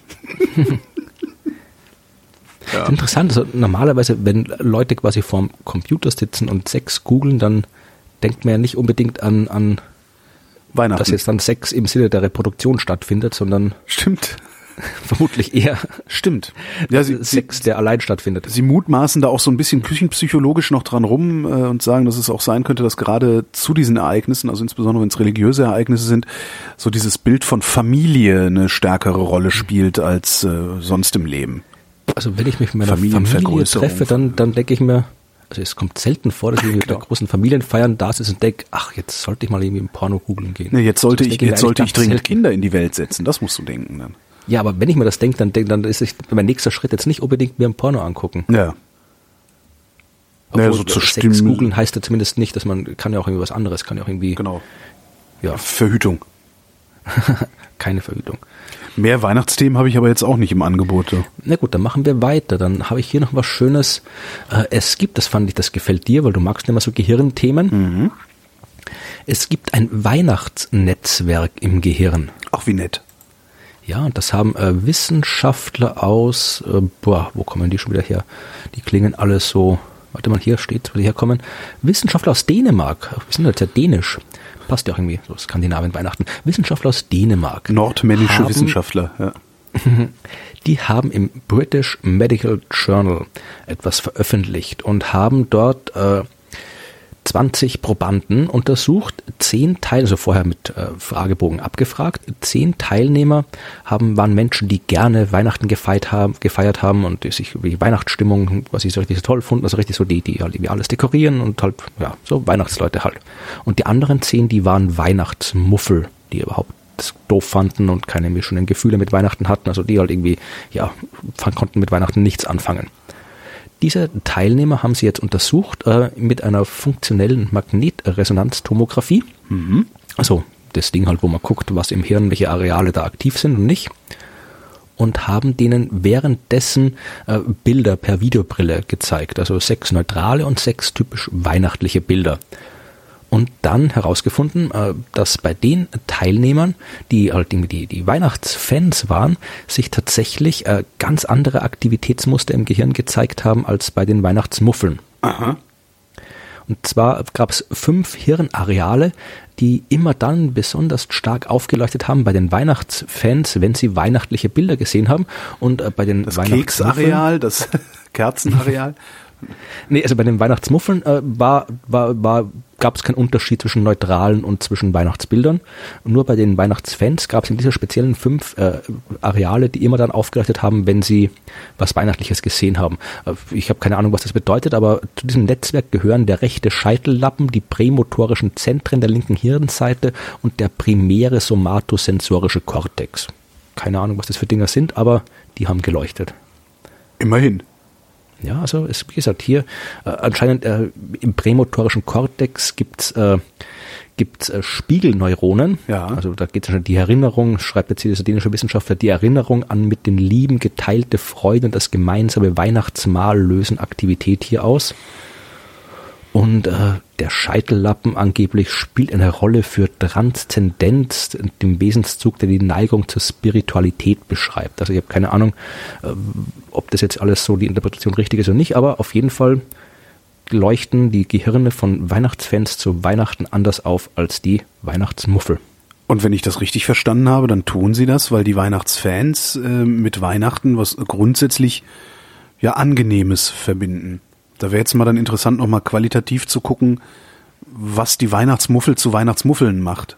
Ja. Das ist interessant, also normalerweise, wenn Leute quasi vorm Computer sitzen und Sex googeln, dann denkt man ja nicht unbedingt an
Weihnachten,
dass jetzt dann Sex im Sinne der Reproduktion stattfindet, sondern
stimmt.
Vermutlich eher
ja,
Sex, der allein stattfindet.
Sie mutmaßen da auch so ein bisschen küchenpsychologisch noch dran rum und sagen, dass es auch sein könnte, dass gerade zu diesen Ereignissen, also insbesondere wenn es religiöse Ereignisse sind, so dieses Bild von Familie eine stärkere Rolle spielt als sonst im Leben.
Also wenn ich mich mit meiner Familie treffe, dann denke ich mir, also es kommt selten vor, dass ich mit der großen Familienfeiern da sitze und denke, jetzt sollte ich mal irgendwie im Porno googeln gehen.
Nee, jetzt sollte ich dringend Kinder in die Welt setzen, das musst du denken dann.
Ja, aber wenn ich mir das denke, dann ist mein nächster Schritt jetzt nicht unbedingt mir ein Porno angucken.
Ja.
Obwohl, so zu Sex googeln heißt ja zumindest nicht, dass man kann ja auch irgendwie was anderes, kann ja auch irgendwie.
Genau.
Ja.
Verhütung.
Keine Verhütung.
Mehr Weihnachtsthemen habe ich aber jetzt auch nicht im Angebot. So.
Na gut, dann machen wir weiter. Dann habe ich hier noch was Schönes. Es gibt, das gefällt dir, weil du magst immer so Gehirnthemen. Mhm. Es gibt ein Weihnachtsnetzwerk im Gehirn.
Ach, wie nett.
Ja, und das haben Wissenschaftler aus, wo kommen die schon wieder her? Die klingen alle so, warte mal, hier steht, wo die herkommen. Wissenschaftler aus Dänemark. Wir sind jetzt ja dänisch. Passt ja auch irgendwie, so Skandinavien, Weihnachten. Wissenschaftler aus Dänemark.
Nordmännische Wissenschaftler, ja.
Die haben im British Medical Journal etwas veröffentlicht und haben dort 20 Probanden untersucht, 10 Teilnehmer, also vorher mit Fragebogen abgefragt, 10 Teilnehmer waren Menschen, die gerne Weihnachten gefeiert haben und die sich die Weihnachtsstimmung, was sie so richtig so toll fanden, also richtig so die halt irgendwie alles dekorieren und halt, ja, so Weihnachtsleute halt. Und die anderen 10, die waren Weihnachtsmuffel, die überhaupt das doof fanden und keine mischenden Gefühle mit Weihnachten hatten, also die halt irgendwie, ja, konnten mit Weihnachten nichts anfangen. Diese Teilnehmer haben sie jetzt untersucht mit einer funktionellen Magnetresonanztomographie. Mhm. Also das Ding halt, wo man guckt, was im Hirn, welche Areale da aktiv sind und nicht. Und haben denen währenddessen Bilder per Videobrille gezeigt. Also 6 neutrale und 6 typisch weihnachtliche Bilder. Und dann herausgefunden, dass bei den Teilnehmern, die halt die Weihnachtsfans waren, sich tatsächlich ganz andere Aktivitätsmuster im Gehirn gezeigt haben als bei den Weihnachtsmuffeln. Aha. Und zwar gab es 5 Hirnareale, die immer dann besonders stark aufgeleuchtet haben bei den Weihnachtsfans, wenn sie weihnachtliche Bilder gesehen haben. Und bei den
das Keksareal, das Kerzenareal.
Nee, also bei den Weihnachtsmuffeln gab es keinen Unterschied zwischen neutralen und zwischen Weihnachtsbildern. Und nur bei den Weihnachtsfans gab es in dieser speziellen 5 Areale, die immer dann aufgeleuchtet haben, wenn sie was Weihnachtliches gesehen haben. Ich habe keine Ahnung, was das bedeutet, aber zu diesem Netzwerk gehören der rechte Scheitellappen, die prämotorischen Zentren der linken Hirnseite und der primäre somatosensorische Kortex. Keine Ahnung, was das für Dinger sind, aber die haben geleuchtet.
Immerhin.
Ja, also es, wie gesagt, hier anscheinend im prämotorischen Kortex gibt's Spiegelneuronen. Ja. Also da geht es schon die Erinnerung, schreibt jetzt hier dieser dänische Wissenschaftler, die Erinnerung an mit den Lieben geteilte Freude und das gemeinsame Weihnachtsmahl lösen Aktivität hier aus. Und der Scheitellappen angeblich spielt eine Rolle für Transzendenz, dem Wesenszug, der die Neigung zur Spiritualität beschreibt. Also ich habe keine Ahnung, ob das jetzt alles so die Interpretation richtig ist oder nicht, aber auf jeden Fall leuchten die Gehirne von Weihnachtsfans zu Weihnachten anders auf als die Weihnachtsmuffel.
Und wenn ich das richtig verstanden habe, dann tun sie das, weil die Weihnachtsfans mit Weihnachten was grundsätzlich ja Angenehmes verbinden. Da wäre jetzt mal dann interessant, nochmal qualitativ zu gucken, was die Weihnachtsmuffel zu Weihnachtsmuffeln macht.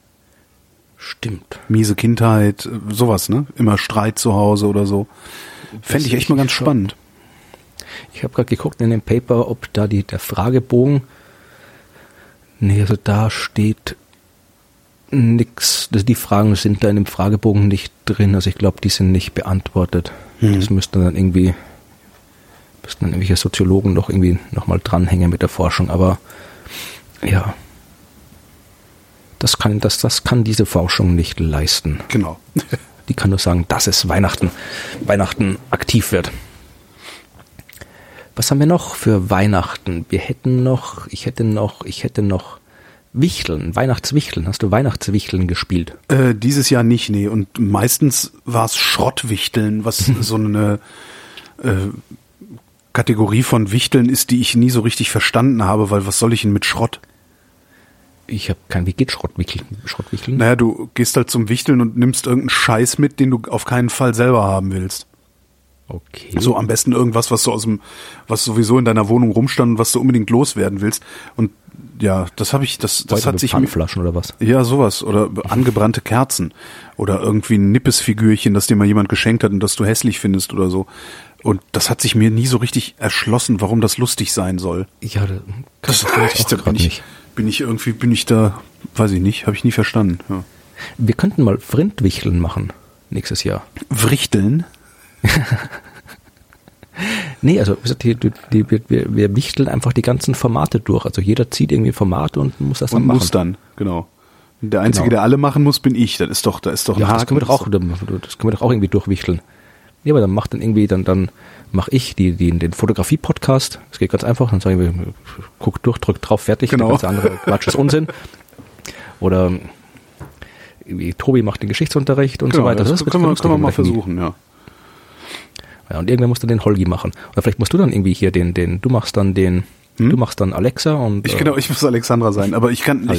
Stimmt.
Miese Kindheit, sowas, ne? Immer Streit zu Hause oder so. Fände ich echt mal ganz spannend.
Ich habe gerade geguckt in dem Paper, ob da der Fragebogen, nee, also da steht nix, also die Fragen sind da in dem Fragebogen nicht drin, also ich glaube, die sind nicht beantwortet. Das müssten dann irgendwelche Soziologen noch irgendwie nochmal dranhängen mit der Forschung, aber ja, das kann diese Forschung nicht leisten.
Genau.
Die kann nur sagen, dass es Weihnachten aktiv wird. Was haben wir noch für Weihnachten? Ich hätte noch Wichteln, Weihnachtswichteln. Hast du Weihnachtswichteln gespielt?
Dieses Jahr nicht, nee. Und meistens war es Schrottwichteln, was so eine Kategorie von Wichteln ist, die ich nie so richtig verstanden habe, weil was soll ich denn mit Schrott?
Wie geht Schrottwichteln?
Naja, du gehst halt zum Wichteln und nimmst irgendeinen Scheiß mit, den du auf keinen Fall selber haben willst.
Okay.
So am besten irgendwas, was sowieso in deiner Wohnung rumstand und was du unbedingt loswerden willst. Und ja, das hat sich
Pfandflaschen oder was?
Ja, sowas. Oder angebrannte Kerzen. Oder irgendwie ein Nippesfigürchen, das dir mal jemand geschenkt hat und das du hässlich findest oder so. Und das hat sich mir nie so richtig erschlossen, warum das lustig sein soll.
Ja,
das bin ich da, weiß ich nicht, habe ich nie verstanden. Ja.
Wir könnten mal Vrindwichteln machen nächstes Jahr.
Vrichteln?
Nee, also wir wichteln einfach die ganzen Formate durch. Also jeder zieht irgendwie Formate und muss das dann machen.
Mustern, genau. Der Einzige, der alle machen muss, bin ich. Das ist doch ein
Ja,
Haken.
das können wir doch auch irgendwie durchwichteln. Ja, aber dann mache ich den Fotografie-Podcast. Das geht ganz einfach. Dann sagen wir, guck durch, drück drauf, fertig.
Genau.
Der ganze andere Quatsch ist Unsinn. Oder irgendwie Tobi macht den Geschichtsunterricht und so weiter.
Das können wir mal versuchen, ja.
Ja, und irgendwann musst du den Holgi machen. Oder vielleicht musst du dann irgendwie hier du machst dann Alexa und
Ich muss Alexandra sein, aber ich kann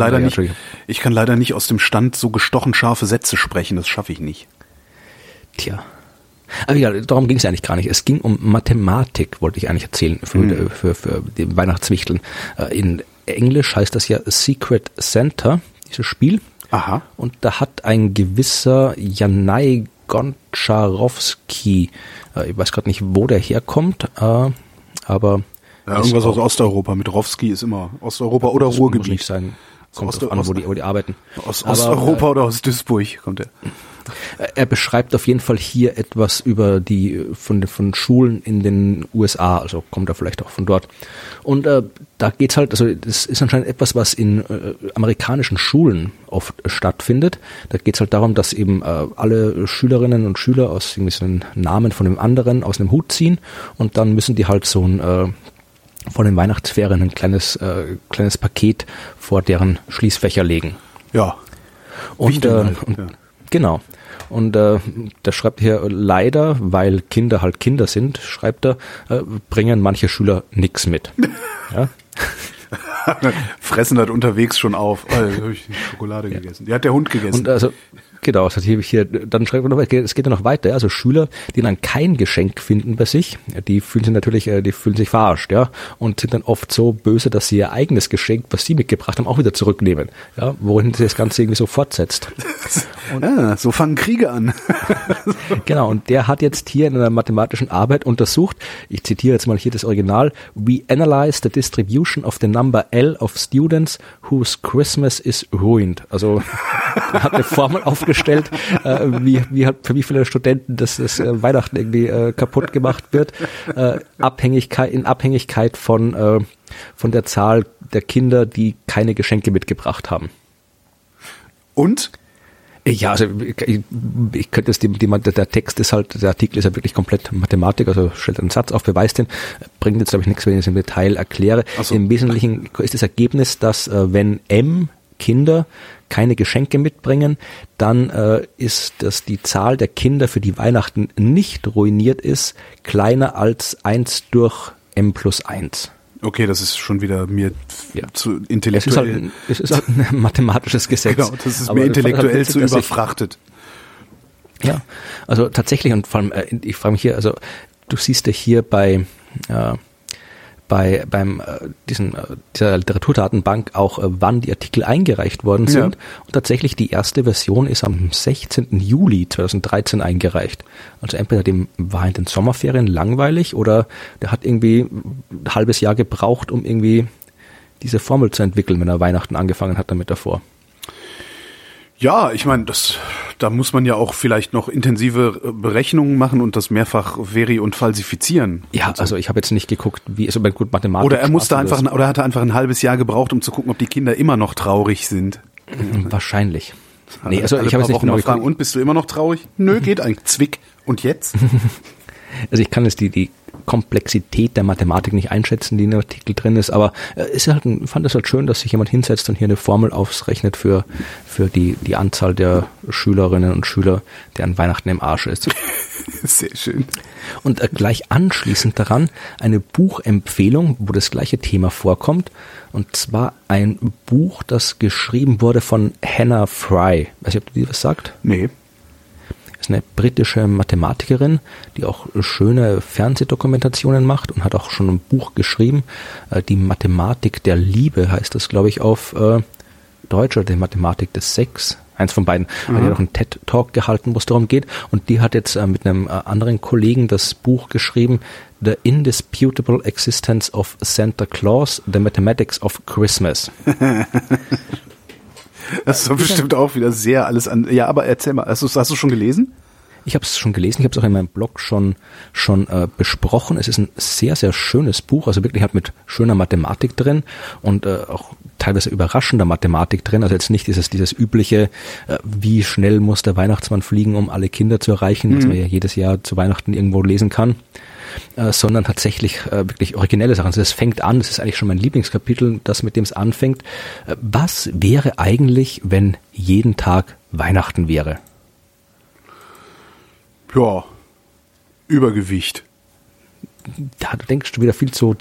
leider nicht aus dem Stand so gestochen scharfe Sätze sprechen, das schaffe ich nicht.
Tja. Aber ja, darum ging es eigentlich gar nicht. Es ging um Mathematik, wollte ich eigentlich erzählen, für die Weihnachtswichteln. In Englisch heißt das ja Secret Santa, dieses Spiel.
Aha.
Und da hat ein gewisser Janai Goncharowski, ich weiß gerade nicht, wo der herkommt, aber...
Ja, irgendwas aus Osteuropa. Mit Rowski ist immer Osteuropa oder Ruhrgebiet.
Muss nicht sein. Kommt drauf an, wo die arbeiten.
Aus Osteuropa oder aus Duisburg kommt er.
Er beschreibt auf jeden Fall hier etwas über von Schulen in den USA, also kommt er vielleicht auch von dort. Und da geht's halt, also das ist anscheinend etwas, was in amerikanischen Schulen oft stattfindet. Da geht's halt darum, dass eben alle Schülerinnen und Schüler aus irgendwie so einen Namen von dem anderen aus einem Hut ziehen und dann müssen die halt so ein von den Weihnachtsferien ein kleines Paket vor deren Schließfächer legen.
Ja.
Und genau. Und da schreibt hier, leider, weil Kinder halt Kinder sind, schreibt er, bringen manche Schüler nix mit. Ja?
Fressen das unterwegs schon auf. Oh, jetzt habe ich Schokolade gegessen. Die hat der Hund gegessen.
Und also, genau, das hier, dann schreibt man noch, es geht ja noch weiter, also Schüler, die dann kein Geschenk finden bei sich, die fühlen sich verarscht, ja, und sind dann oft so böse, dass sie ihr eigenes Geschenk, was sie mitgebracht haben, auch wieder zurücknehmen, ja, wohin sich das Ganze irgendwie so fortsetzt.
Und so fangen Kriege an.
Genau, und der hat jetzt hier in einer mathematischen Arbeit untersucht, ich zitiere jetzt mal hier das Original, we analyze the distribution of the number L of students whose Christmas is ruined. Also er hat eine Formel aufgestellt, für wie viele Studenten das Weihnachten irgendwie kaputt gemacht wird, in Abhängigkeit von der Zahl der Kinder, die keine Geschenke mitgebracht haben.
Und?
Ja, also ich könnte es der Text ist halt, der Artikel ist ja wirklich komplett Mathematik, also stellt einen Satz auf, beweist den, bringt jetzt glaube ich nichts, wenn ich es im Detail erkläre. So. Im Wesentlichen ist das Ergebnis, dass wenn M Kinder keine Geschenke mitbringen, dann ist das die Zahl der Kinder, für die Weihnachten nicht ruiniert ist, kleiner als 1 durch M plus 1.
Okay, das ist schon wieder mir zu intellektuell.
Es ist halt ein mathematisches Gesetz.
Genau, das ist mir intellektuell zu überfrachtet.
Ja, also tatsächlich, und vor allem, ich frage mich hier, also du siehst ja hier bei dieser Literaturdatenbank auch, wann die Artikel eingereicht worden sind. Ja. Und tatsächlich die erste Version ist am 16. Juli 2013 eingereicht. Also entweder dem war in den Sommerferien langweilig oder der hat irgendwie ein halbes Jahr gebraucht, um irgendwie diese Formel zu entwickeln, wenn er Weihnachten angefangen hat damit davor.
Ja, ich meine, da muss man ja auch vielleicht noch intensive Berechnungen machen und das mehrfach und falsifizieren.
Ja,
so.
Also ich habe jetzt nicht geguckt, wie ist aber gut Mathematik.
Oder hat er einfach ein halbes Jahr gebraucht, um zu gucken, ob die Kinder immer noch traurig sind.
Wahrscheinlich. Nee, also ich habe jetzt nicht genau
fragen, und bist du immer noch traurig? Nö, geht eigentlich. Zwick. Und jetzt?
Also ich kann jetzt die Komplexität der Mathematik nicht einschätzen, die in dem Artikel drin ist, aber fand es halt schön, dass sich jemand hinsetzt und hier eine Formel ausrechnet für die Anzahl der Schülerinnen und Schüler, deren Weihnachten im Arsch ist.
Sehr schön.
Und gleich anschließend daran eine Buchempfehlung, wo das gleiche Thema vorkommt, und zwar ein Buch, das geschrieben wurde von Hannah Fry. Weiß ich, ob dir was sagt?
Nee.
Ist eine britische Mathematikerin, die auch schöne Fernsehdokumentationen macht und hat auch schon ein Buch geschrieben. Die Mathematik der Liebe heißt das, glaube ich, auf Deutsch, oder die Mathematik des Sex. Eins von beiden. Die hat auch einen TED-Talk gehalten, wo es darum geht. Und die hat jetzt mit einem anderen Kollegen das Buch geschrieben, The Indisputable Existence of Santa Claus, The Mathematics of Christmas.
Das ist doch bestimmt auch wieder sehr alles an. Ja, aber erzähl mal, hast du schon gelesen?
Ich habe es schon gelesen, ich habe es auch in meinem Blog schon besprochen. Es ist ein sehr, sehr schönes Buch, also wirklich hat mit schöner Mathematik drin und auch teilweise überraschender Mathematik drin. Also jetzt nicht dieses übliche, wie schnell muss der Weihnachtsmann fliegen, um alle Kinder zu erreichen, was man ja jedes Jahr zu Weihnachten irgendwo lesen kann. Sondern tatsächlich wirklich originelle Sachen. Also das fängt an, das ist eigentlich schon mein Lieblingskapitel, das mit dem es anfängt. Was wäre eigentlich, wenn jeden Tag Weihnachten wäre?
Ja, Übergewicht.
Da denkst du wieder viel zu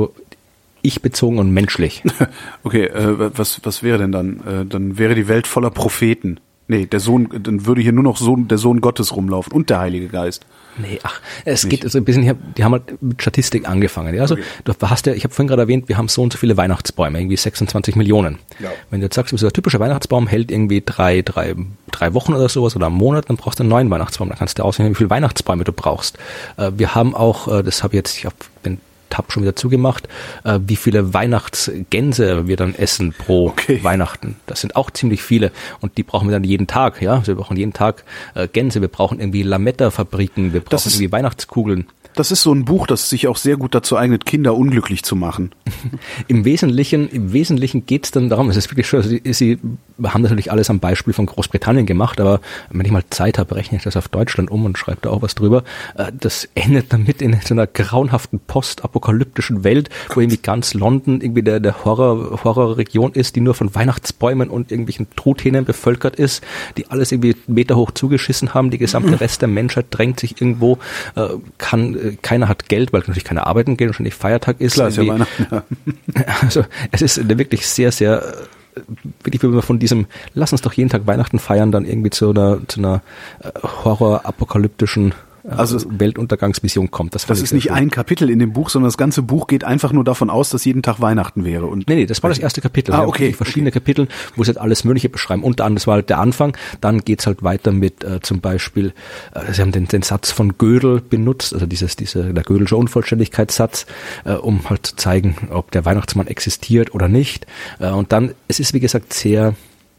ich-bezogen und menschlich.
Okay, was wäre denn dann? Dann wäre die Welt voller Propheten. Nee, dann würde hier nur noch der Sohn Gottes rumlaufen und der Heilige Geist.
Nee, es geht so ein bisschen, die haben halt mit Statistik angefangen. Ja? Also okay. Ich habe vorhin gerade erwähnt, wir haben so und so viele Weihnachtsbäume, irgendwie 26 Millionen. Ja. Wenn du jetzt sagst, so ein typischer Weihnachtsbaum hält irgendwie drei Wochen oder sowas oder einen Monat, dann brauchst du einen neuen Weihnachtsbaum. Dann kannst du ausrechnen, wie viele Weihnachtsbäume du brauchst. Wir haben auch, ich habe den Tab schon wieder zugemacht, wie viele Weihnachtsgänse wir dann essen pro Weihnachten. Das sind auch ziemlich viele und die brauchen wir dann jeden Tag. Ja, also wir brauchen jeden Tag Gänse, wir brauchen irgendwie Lametta-Fabriken, wir brauchen irgendwie Weihnachtskugeln.
Das ist so ein Buch, das sich auch sehr gut dazu eignet, Kinder unglücklich zu machen.
Im Wesentlichen geht's dann darum, es ist wirklich schön, also sie haben natürlich alles am Beispiel von Großbritannien gemacht, aber wenn ich mal Zeit habe, rechne ich das auf Deutschland um und schreibe da auch was drüber. Das endet damit in so einer grauenhaften postapokalyptischen Welt, wo irgendwie ganz London irgendwie der Horrorregion ist, die nur von Weihnachtsbäumen und irgendwelchen Truthähnen bevölkert ist, die alles irgendwie meterhoch zugeschissen haben, die gesamte Rest der Menschheit drängt sich irgendwo, keiner hat Geld, weil natürlich keiner arbeiten geht und schon nicht Feiertag ist.
Klar, ist ja Weihnachten, ja.
Also es ist wirklich sehr, sehr, wirklich wie man von diesem, lass uns doch jeden Tag Weihnachten feiern, dann irgendwie zu einer horror-apokalyptischen Weltuntergangsvision kommt. Das
ist nicht ein Kapitel in dem Buch, sondern das ganze Buch geht einfach nur davon aus, dass jeden Tag Weihnachten wäre. Und
nee, das war das erste Kapitel.
Okay.
Verschiedene Kapitel, wo sie jetzt alles Mögliche beschreiben. Unter anderem, das war halt der Anfang. Dann geht's halt weiter mit zum Beispiel, sie haben den Satz von Gödel benutzt, also der Gödelsche Unvollständigkeitssatz, um halt zu zeigen, ob der Weihnachtsmann existiert oder nicht. Und dann, es ist wie gesagt sehr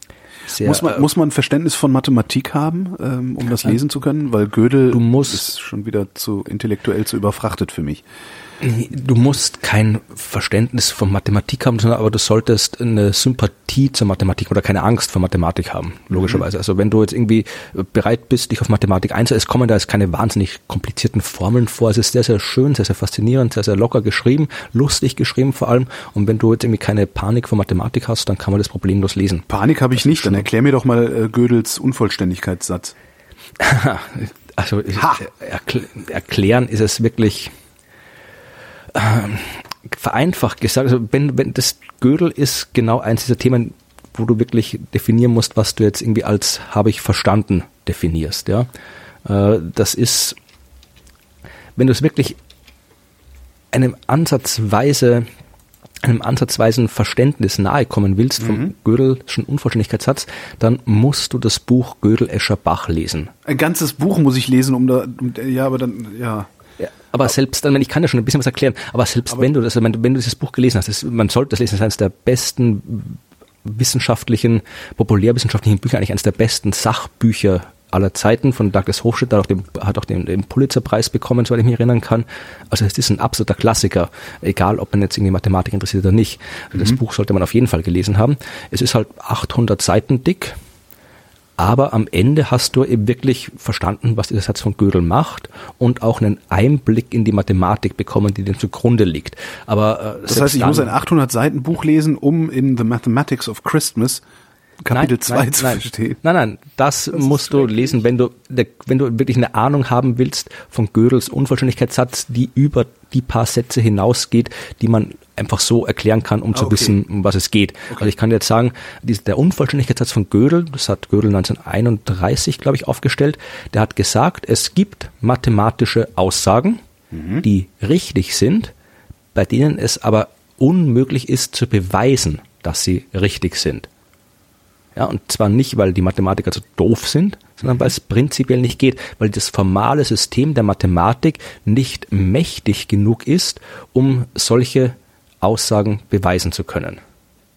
muss man ein Verständnis von Mathematik haben, um das lesen zu können? Weil Gödel ist schon wieder intellektuell zu überfrachtet für mich.
Du musst kein Verständnis von Mathematik haben, sondern aber du solltest eine Sympathie zur Mathematik oder keine Angst vor Mathematik haben, logischerweise. Also wenn du jetzt irgendwie bereit bist, dich auf Mathematik einzulassen, es kommen da jetzt keine wahnsinnig komplizierten Formeln vor. Es ist sehr, sehr schön, sehr, sehr faszinierend, sehr, sehr locker geschrieben, lustig geschrieben vor allem. Und wenn du jetzt irgendwie keine Panik vor Mathematik hast, dann kann man das problemlos lesen.
Panik habe ich nicht, dann erklär mir doch mal Gödels Unvollständigkeitssatz.
Also erklären ist es wirklich vereinfacht gesagt, also wenn das Gödel ist genau eins dieser Themen, wo du wirklich definieren musst, was du jetzt irgendwie als habe ich verstanden definierst, ja. Das ist, wenn du es wirklich einem ansatzweisen Verständnis nahe kommen willst vom Gödelschen Unvollständigkeitssatz, dann musst du das Buch Gödel-Escher-Bach lesen.
Ein ganzes Buch muss ich lesen,
aber selbst dann, ich kann ja schon ein bisschen was erklären, aber selbst wenn du dieses Buch gelesen hast, man sollte das lesen, das ist eines der besten populärwissenschaftlichen Bücher, eigentlich eines der besten Sachbücher aller Zeiten von Douglas Hofstadter, hat auch den Pulitzerpreis bekommen, soweit ich mich erinnern kann. Also es ist ein absoluter Klassiker, egal ob man jetzt irgendwie Mathematik interessiert oder nicht. Also das Buch sollte man auf jeden Fall gelesen haben. Es ist halt 800 Seiten dick. Aber am Ende hast du eben wirklich verstanden, was dieser Satz von Gödel macht und auch einen Einblick in die Mathematik bekommen, die dem zugrunde liegt. Aber
das heißt, ich muss ein 800-Seiten-Buch lesen, um in The Mathematics of Christmas Kapitel 2 zu verstehen.
Nein, das musst du lesen, wenn du wirklich eine Ahnung haben willst von Gödels Unvollständigkeitssatz, die über die paar Sätze hinausgeht, die man einfach so erklären kann, um zu wissen, um was es geht. Okay. Also ich kann jetzt sagen, der Unvollständigkeitssatz von Gödel, das hat Gödel 1931, glaube ich, aufgestellt, der hat gesagt, es gibt mathematische Aussagen, die richtig sind, bei denen es aber unmöglich ist zu beweisen, dass sie richtig sind. Ja, und zwar nicht, weil die Mathematiker so doof sind, sondern weil es prinzipiell nicht geht, weil das formale System der Mathematik nicht mächtig genug ist, um solche Aussagen beweisen zu können.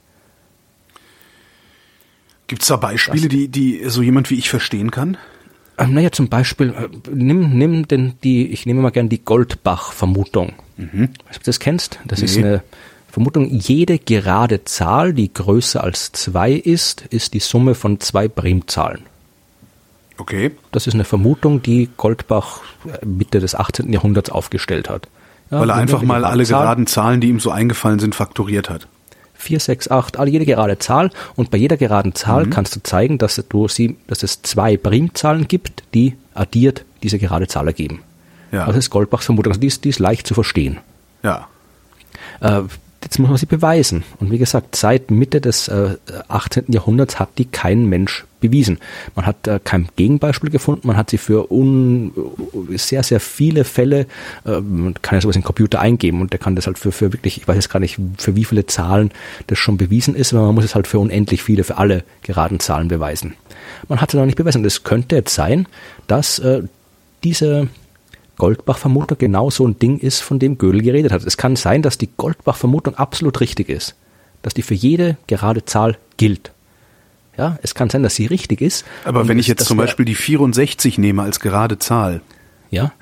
Gibt es da Beispiele, die so jemand wie ich verstehen kann?
Naja, zum Beispiel, ich nehme mal gern die Goldbach-Vermutung. Weißt du, ob du das kennst? Das ist eine Vermutung, jede gerade Zahl, die größer als 2 ist die Summe von 2 Primzahlen.
Okay.
Das ist eine Vermutung, die Goldbach Mitte des 18. Jahrhunderts aufgestellt hat. Ja,
weil er einfach mal alle geraden Zahlen, die ihm so eingefallen sind, faktoriert hat.
4, 6, 8, jede gerade Zahl. Und bei jeder geraden Zahl kannst du zeigen, dass es 2 Primzahlen gibt, die addiert diese gerade Zahl ergeben.
Ja.
Das ist Goldbachs Vermutung. Also die ist leicht zu verstehen.
Ja.
Jetzt muss man sie beweisen. Und wie gesagt, seit Mitte des 18. Jahrhunderts hat die kein Mensch bewiesen. Man hat kein Gegenbeispiel gefunden. Man hat sie für sehr, sehr viele Fälle, man kann ja sowas in den Computer eingeben und der kann das halt für wirklich, ich weiß jetzt gar nicht, für wie viele Zahlen das schon bewiesen ist, aber man muss es halt für unendlich viele, für alle geraden Zahlen beweisen. Man hat es noch nicht beweisen. Und es könnte jetzt sein, dass diese Goldbach-Vermutung genau so ein Ding ist, von dem Gödel geredet hat. Es kann sein, dass die Goldbach-Vermutung absolut richtig ist, dass die für jede gerade Zahl gilt. Ja, es kann sein, dass sie richtig ist.
Aber wenn ich jetzt zum Beispiel die 64 nehme als gerade Zahl,
ja,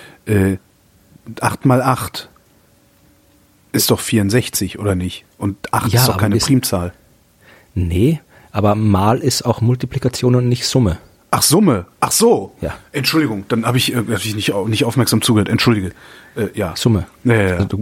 8 mal 8 ist doch 64, oder nicht? Und 8 ist doch keine Primzahl.
Nee, aber mal ist auch Multiplikation und nicht Summe.
Ach, Summe. Ach so.
Ja.
Entschuldigung, dann habe ich nicht aufmerksam zugehört. Entschuldige. Ja.
Summe.
Ja.
Also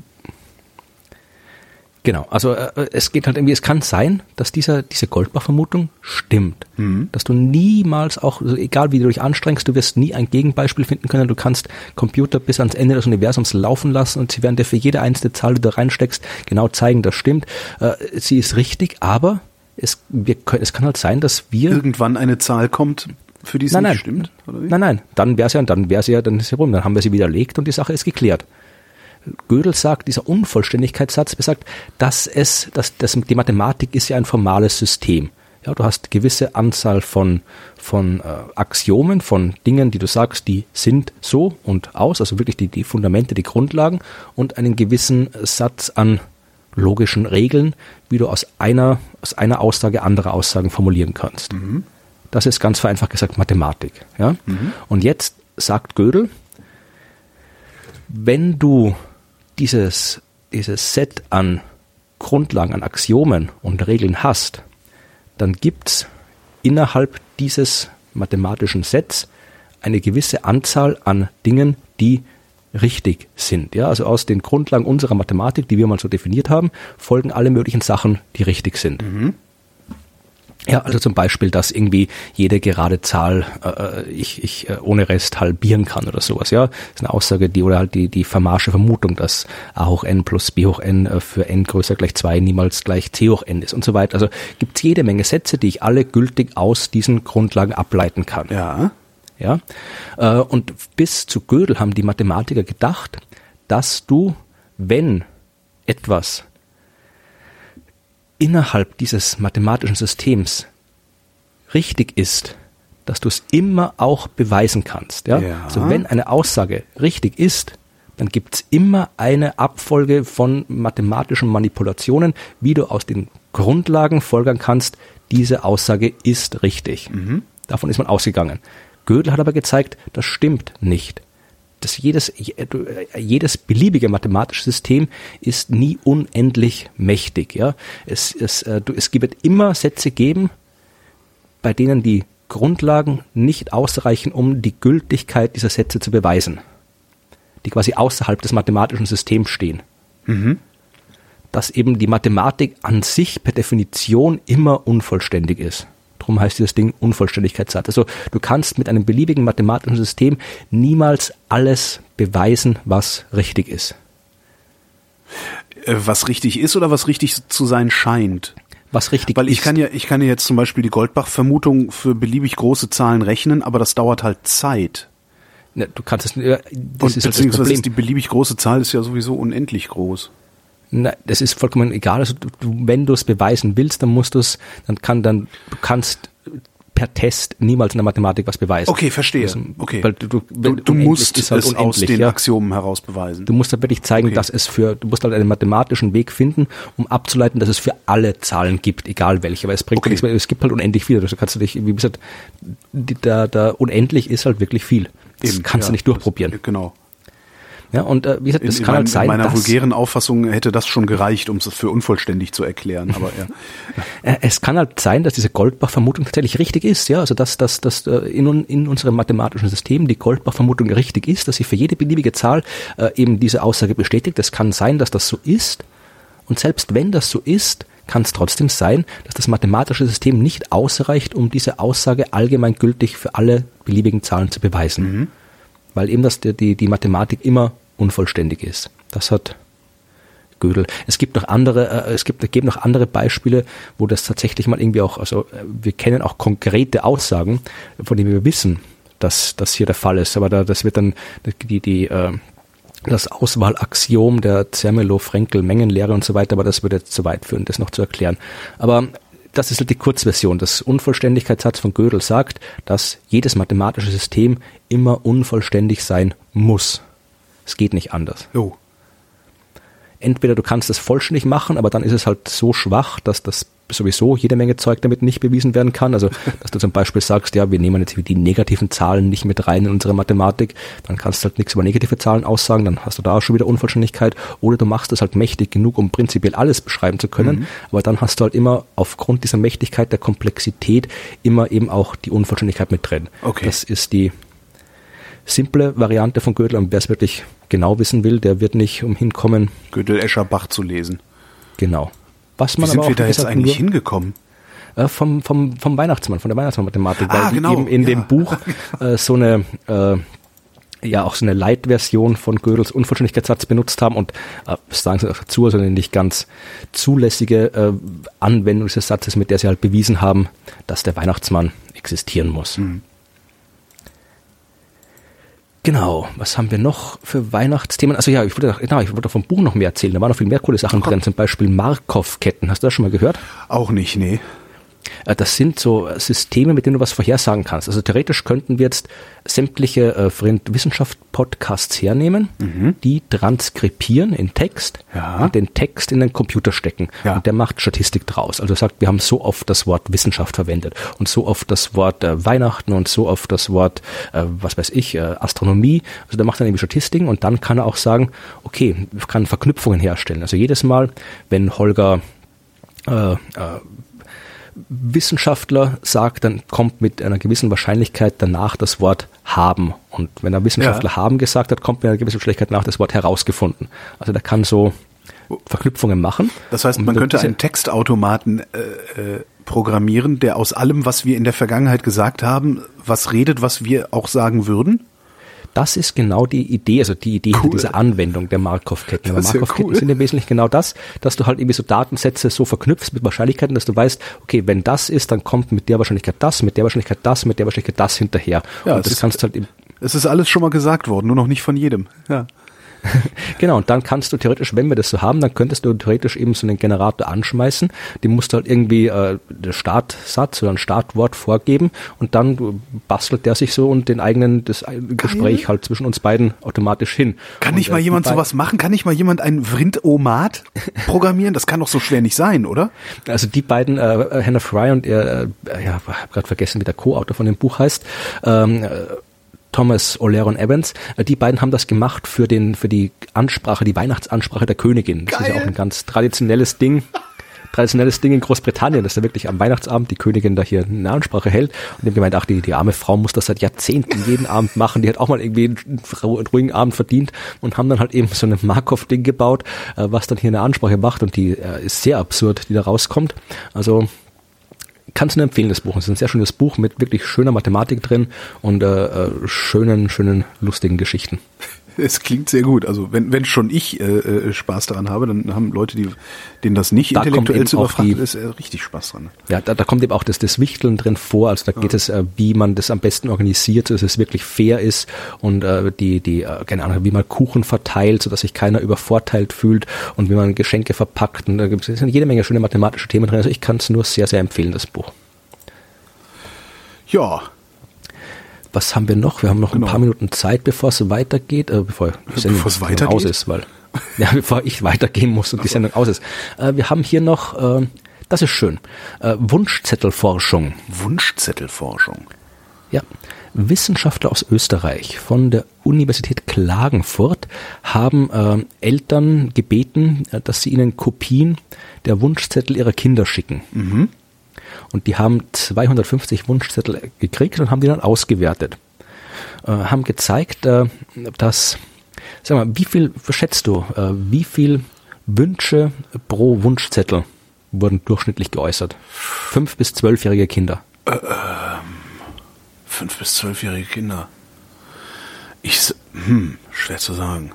genau. Also es geht halt irgendwie, es kann sein, dass diese Goldbach-Vermutung stimmt. Dass du niemals auch, also egal wie du dich anstrengst, du wirst nie ein Gegenbeispiel finden können. Du kannst Computer bis ans Ende des Universums laufen lassen und sie werden dir für jede einzelne Zahl, die du reinsteckst, genau zeigen, das stimmt. Sie ist richtig, aber es kann halt sein, dass wir
irgendwann eine Zahl kommt, für die es nicht stimmt? Oder wie?
Nein, dann ist sie rum, dann haben wir sie widerlegt und die Sache ist geklärt. Gödel sagt, dieser Unvollständigkeitssatz besagt, dass die Mathematik ist ja ein formales System. Ja, du hast gewisse Anzahl von Axiomen, von Dingen, die du sagst, die sind so und aus, also wirklich die Fundamente, die Grundlagen und einen gewissen Satz an logischen Regeln, wie du aus einer Aussage andere Aussagen formulieren kannst. Das ist ganz vereinfacht gesagt Mathematik. Ja? Und jetzt sagt Gödel, wenn du dieses Set an Grundlagen, an Axiomen und Regeln hast, dann gibt's innerhalb dieses mathematischen Sets eine gewisse Anzahl an Dingen, die richtig sind. Ja? Also aus den Grundlagen unserer Mathematik, die wir mal so definiert haben, folgen alle möglichen Sachen, die richtig sind. Ja, also zum Beispiel, dass irgendwie jede gerade Zahl ich ohne Rest halbieren kann oder sowas. Ja, das ist eine Aussage, oder halt die Fermatsche Vermutung, dass a hoch n plus b hoch n für n größer gleich 2 niemals gleich c hoch n ist und so weiter. Also gibt's jede Menge Sätze, die ich alle gültig aus diesen Grundlagen ableiten kann.
Ja.
Ja. Und bis zu Gödel haben die Mathematiker gedacht, dass du, wenn etwas innerhalb dieses mathematischen Systems richtig ist, dass du es immer auch beweisen kannst. Ja?
Ja.
Also wenn eine Aussage richtig ist, dann gibt es immer eine Abfolge von mathematischen Manipulationen, wie du aus den Grundlagen folgern kannst, diese Aussage ist richtig. Davon ist man ausgegangen. Gödel hat aber gezeigt, das stimmt nicht. Dass jedes beliebige mathematische System ist nie unendlich mächtig. Ja? Es wird immer Sätze geben, bei denen die Grundlagen nicht ausreichen, um die Gültigkeit dieser Sätze zu beweisen, die quasi außerhalb des mathematischen Systems stehen. Dass eben die Mathematik an sich per Definition immer unvollständig ist. Darum heißt dieses Ding Unvollständigkeitssatz. Also du kannst mit einem beliebigen mathematischen System niemals alles beweisen, was richtig ist.
Was richtig ist oder was richtig zu sein scheint?
Was richtig
Weil ich
ist.
kann ja jetzt zum Beispiel die Goldbach-Vermutung für beliebig große Zahlen rechnen, aber das dauert halt Zeit.
Du kannst es.
Und beziehungsweise
das Problem.
ist die beliebig große Zahl ist ja sowieso unendlich groß.
Na, das ist vollkommen egal. Also wenn du es beweisen willst, dann du kannst per Test niemals in der Mathematik was beweisen.
Okay, verstehe. Okay.
Weil
du musst
ist halt
es aus den
ja.
Axiomen heraus beweisen.
Du musst halt wirklich zeigen, dass du musst halt einen mathematischen Weg finden, um abzuleiten, dass es für alle Zahlen gibt, egal welche. Weil es bringt nichts, weil es gibt halt unendlich viele. Also kannst du dich, wie gesagt, da unendlich ist halt wirklich viel. Das kannst du nicht durchprobieren.
Genau.
Ja, und wie gesagt, das kann halt sein,
in meiner vulgären Auffassung hätte das schon gereicht, um es für unvollständig zu erklären, aber ja.
Es kann halt sein, dass diese Goldbach-Vermutung tatsächlich richtig ist, ja, also dass in unserem mathematischen System die Goldbach-Vermutung richtig ist, dass sie für jede beliebige Zahl eben diese Aussage bestätigt. Es kann sein, dass das so ist, und selbst wenn das so ist, kann es trotzdem sein, dass das mathematische System nicht ausreicht, um diese Aussage allgemeingültig für alle beliebigen Zahlen zu beweisen. Mhm. Weil eben die Mathematik immer unvollständig ist. Das hat Gödel. Es gibt noch andere Beispiele, wo das tatsächlich mal irgendwie auch, also wir kennen auch konkrete Aussagen, von denen wir wissen, dass das hier der Fall ist. Aber das wird dann das Auswahlaxiom der Zermelo-Frenkel-Mengenlehre und so weiter, aber das würde jetzt zu weit führen, das noch zu erklären. Aber das ist halt die Kurzversion. Das Unvollständigkeitssatz von Gödel sagt, dass jedes mathematische System immer unvollständig sein muss. Es geht nicht anders.
Jo.
Entweder du kannst das vollständig machen, aber dann ist es halt so schwach, dass das sowieso jede Menge Zeug damit nicht bewiesen werden kann. Also, dass du zum Beispiel sagst, ja, wir nehmen jetzt die negativen Zahlen nicht mit rein in unsere Mathematik, dann kannst du halt nichts über negative Zahlen aussagen, dann hast du da schon wieder Unvollständigkeit. Oder du machst es halt mächtig genug, um prinzipiell alles beschreiben zu können, aber dann hast du halt immer aufgrund dieser Mächtigkeit, der Komplexität, immer eben auch die Unvollständigkeit mit drin.
Okay.
Das ist die simple Variante von Gödel, und wer es wirklich genau wissen will, der wird nicht umhin kommen,
Gödel, Escher, Bach zu lesen.
Genau. Was
Wie
man
sind
aber
wir
auch,
da jetzt eigentlich hingekommen?
Vom Weihnachtsmann, von der Weihnachtsmann-Mathematik, weil
genau,
die eben in dem Buch so eine Light-Version von Gödels Unvollständigkeitssatz benutzt haben, und sagen sie auch dazu, also eine nicht ganz zulässige Anwendung dieses Satzes, mit der sie halt bewiesen haben, dass der Weihnachtsmann existieren muss. Mhm. Genau, was haben wir noch für Weihnachtsthemen? Also ja, ich wollte vom Buch noch mehr erzählen, da waren noch viel mehr coole Sachen drin, zum Beispiel Markov-Ketten. Hast du das schon mal gehört?
Auch nicht, nee.
Das sind so Systeme, mit denen du was vorhersagen kannst. Also theoretisch könnten wir jetzt sämtliche Wissenschaft-Podcasts hernehmen, die transkribieren in Text und den Text in den Computer stecken. Ja. Und der macht Statistik draus. Also sagt, wir haben so oft das Wort Wissenschaft verwendet und so oft das Wort Weihnachten und so oft das Wort, Astronomie. Also der macht dann irgendwie Statistiken, und dann kann er auch sagen, okay, ich kann Verknüpfungen herstellen. Also jedes Mal, wenn Holger Wissenschaftler sagt, dann kommt mit einer gewissen Wahrscheinlichkeit danach das Wort haben. Und wenn er Wissenschaftler haben gesagt hat, kommt mit einer gewissen Wahrscheinlichkeit nach das Wort herausgefunden. Also der kann so Verknüpfungen machen.
Das heißt, man könnte einen Textautomaten programmieren, der aus allem, was wir in der Vergangenheit gesagt haben, was redet, was wir auch sagen würden?
Das ist genau die Idee, also die Idee dieser Anwendung der Markov-Ketten. Aber Markov-Ketten sind im Wesentlichen genau das, dass du halt irgendwie so Datensätze so verknüpfst mit Wahrscheinlichkeiten, dass du weißt, okay, wenn das ist, dann kommt mit der Wahrscheinlichkeit das, mit der Wahrscheinlichkeit das, mit der Wahrscheinlichkeit das hinterher.
Ja,
und das kannst du halt eben.
Es ist alles schon mal gesagt worden, nur noch nicht von jedem. Ja.
Genau, und dann kannst du theoretisch, wenn wir das so haben, dann könntest du theoretisch eben so einen Generator anschmeißen, dem musst du halt irgendwie den Startsatz oder ein Startwort vorgeben, und dann bastelt der sich so und das Gespräch halt zwischen uns beiden automatisch hin.
Kann nicht mal jemand sowas machen? Kann nicht mal jemand ein Vrind-O-Mat programmieren? Das kann doch so schwer nicht sein, oder?
Also die beiden, Hannah Fry und er, ich habe gerade vergessen, wie der Co-Autor von dem Buch heißt, Thomas O'Leary Evans, die beiden haben das gemacht für die Ansprache, die Weihnachtsansprache der Königin. Das ist ja auch ein ganz traditionelles Ding in Großbritannien, dass da wirklich am Weihnachtsabend die Königin da hier eine Ansprache hält, und die haben gemeint, ach, die arme Frau muss das seit Jahrzehnten jeden Abend machen, die hat auch mal irgendwie einen ruhigen Abend verdient, und haben dann halt eben so ein Markov-Ding gebaut, was dann hier eine Ansprache macht, und die ist sehr absurd, die da rauskommt. Also kannst du nur empfehlen, das Buch. Es ist ein sehr schönes Buch mit wirklich schöner Mathematik drin und schönen, lustigen Geschichten.
Es klingt sehr gut. Also wenn schon ich Spaß daran habe, dann haben Leute, denen das nicht intellektuell zu überfrachten ist, richtig Spaß dran.
Ja, da kommt eben auch das Wichteln drin vor. Also da geht es, wie man das am besten organisiert, dass es wirklich fair ist, und keine Ahnung, wie man Kuchen verteilt, sodass sich keiner übervorteilt fühlt, und wie man Geschenke verpackt. Und da gibt es jede Menge schöne mathematische Themen drin. Also ich kann es nur sehr, sehr empfehlen, das Buch.
Ja.
Was haben wir noch? Wir haben noch ein paar Minuten Zeit, bevor es weitergeht, bevor die Sendung aus ist, bevor ich weitergehen muss und die Sendung aus ist. Wir haben hier noch, das ist schön, Wunschzettelforschung.
Wunschzettelforschung.
Ja, Wissenschaftler aus Österreich von der Universität Klagenfurt haben Eltern gebeten, dass sie ihnen Kopien der Wunschzettel ihrer Kinder schicken. Mhm. Und die haben 250 Wunschzettel gekriegt und haben die dann ausgewertet. Haben gezeigt, dass, sag mal, wie viel schätzt du, wie viel Wünsche pro Wunschzettel wurden durchschnittlich geäußert? 5- bis 12-jährige Kinder.
5- bis 12-jährige Kinder. Schwer zu sagen.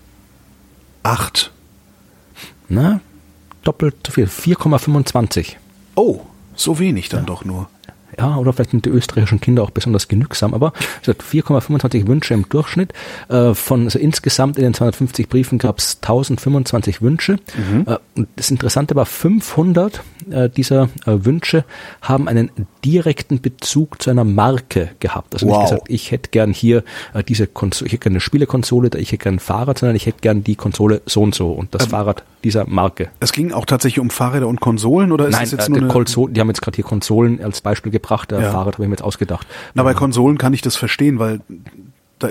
8.
Na, doppelt so viel. 4,25.
Oh, so wenig dann doch nur.
Ja, oder vielleicht sind die österreichischen Kinder auch besonders genügsam, aber 4,25 Wünsche im Durchschnitt. Also insgesamt in den 250 Briefen gab es 1025 Wünsche. Mhm. Und das Interessante war, 500 dieser Wünsche haben einen direkten Bezug zu einer Marke gehabt. Also nicht gesagt, ich hätte gern hier diese Konsole, ich hätte gerne eine Spielekonsole, ich hätte gern ein Fahrrad, sondern ich hätte gern die Konsole so und so und das Fahrrad dieser Marke.
Es ging auch tatsächlich um Fahrräder und Konsolen oder ist
Nein,
das jetzt nur
die haben jetzt gerade hier Konsolen als Beispiel gebracht, Fahrrad habe ich mir jetzt ausgedacht.
Na, bei Konsolen kann ich das verstehen, weil da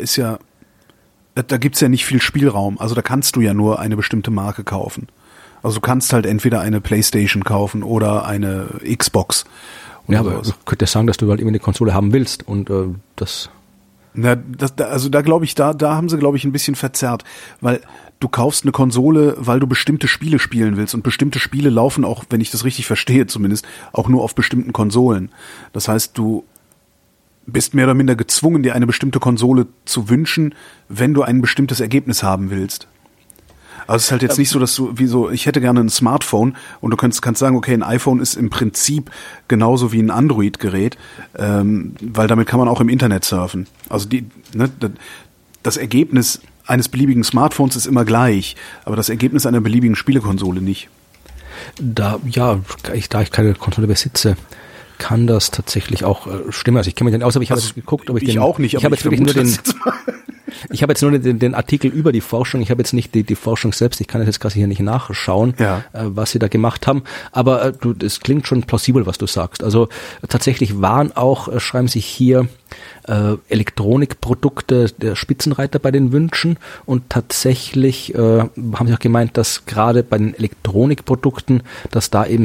gibt's ja nicht viel Spielraum. Also da kannst du ja nur eine bestimmte Marke kaufen. Also du kannst halt entweder eine PlayStation kaufen oder eine Xbox.
Ja, aber du könntest sagen, dass du halt immer eine Konsole haben willst und das...
Na, da glaube ich, da haben sie, glaube ich, ein bisschen verzerrt, weil du kaufst eine Konsole, weil du bestimmte Spiele spielen willst und bestimmte Spiele laufen auch, wenn ich das richtig verstehe zumindest, auch nur auf bestimmten Konsolen. Das heißt, du bist mehr oder minder gezwungen, dir eine bestimmte Konsole zu wünschen, wenn du ein bestimmtes Ergebnis haben willst. Also es ist halt jetzt nicht so, dass ich hätte gerne ein Smartphone und du kannst sagen, okay, ein iPhone ist im Prinzip genauso wie ein Android-Gerät, weil damit kann man auch im Internet surfen. Also das Ergebnis eines beliebigen Smartphones ist immer gleich, aber das Ergebnis einer beliebigen Spielekonsole nicht. Da ich keine Konsole besitze, kann das tatsächlich auch stimmen. Also ich kenne mich dann aus, aber ich habe jetzt geguckt, ob ich auch nicht, aber ich habe jetzt nur den Artikel über die Forschung, ich habe jetzt nicht die Forschung selbst, ich kann das jetzt gerade hier nicht nachschauen, was sie da gemacht haben, aber es klingt schon plausibel, was du sagst. Also tatsächlich waren auch, schreiben sie hier, Elektronikprodukte der Spitzenreiter bei den Wünschen und tatsächlich haben sie auch gemeint, dass gerade bei den Elektronikprodukten, dass da eben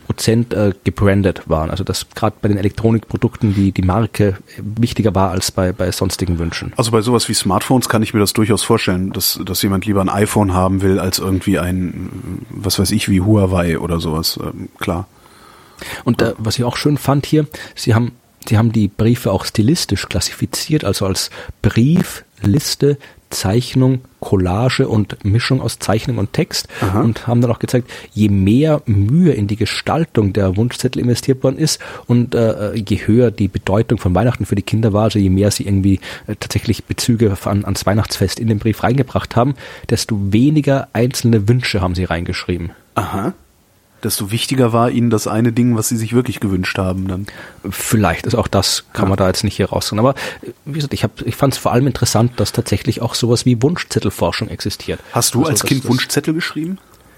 60% gebrandet waren. Also dass gerade bei den Elektronikprodukten die Marke wichtiger war als bei sonstigen Wünschen. Also bei sowas wie Smartphones kann ich mir das durchaus vorstellen, dass jemand lieber ein iPhone haben will als irgendwie ein, was weiß ich, wie Huawei oder sowas. Klar. Und was ich auch schön fand hier, Sie haben die Briefe auch stilistisch klassifiziert, also als Brief, Liste, Zeichnung, Collage und Mischung aus Zeichnung und Text. Aha. Und haben dann auch gezeigt, je mehr Mühe in die Gestaltung der Wunschzettel investiert worden ist und je höher die Bedeutung von Weihnachten für die Kinder war, also je mehr sie irgendwie tatsächlich Bezüge ans Weihnachtsfest in den Brief reingebracht haben, desto weniger einzelne Wünsche haben sie reingeschrieben. Aha. Desto wichtiger war ihnen das eine Ding, was sie sich wirklich gewünscht haben dann. Vielleicht, also auch das kann man da jetzt nicht hier rausholen. Aber wie gesagt, ich fand es vor allem interessant, dass tatsächlich auch sowas wie Wunschzettelforschung existiert. Hast du als Kind Wunschzettel geschrieben?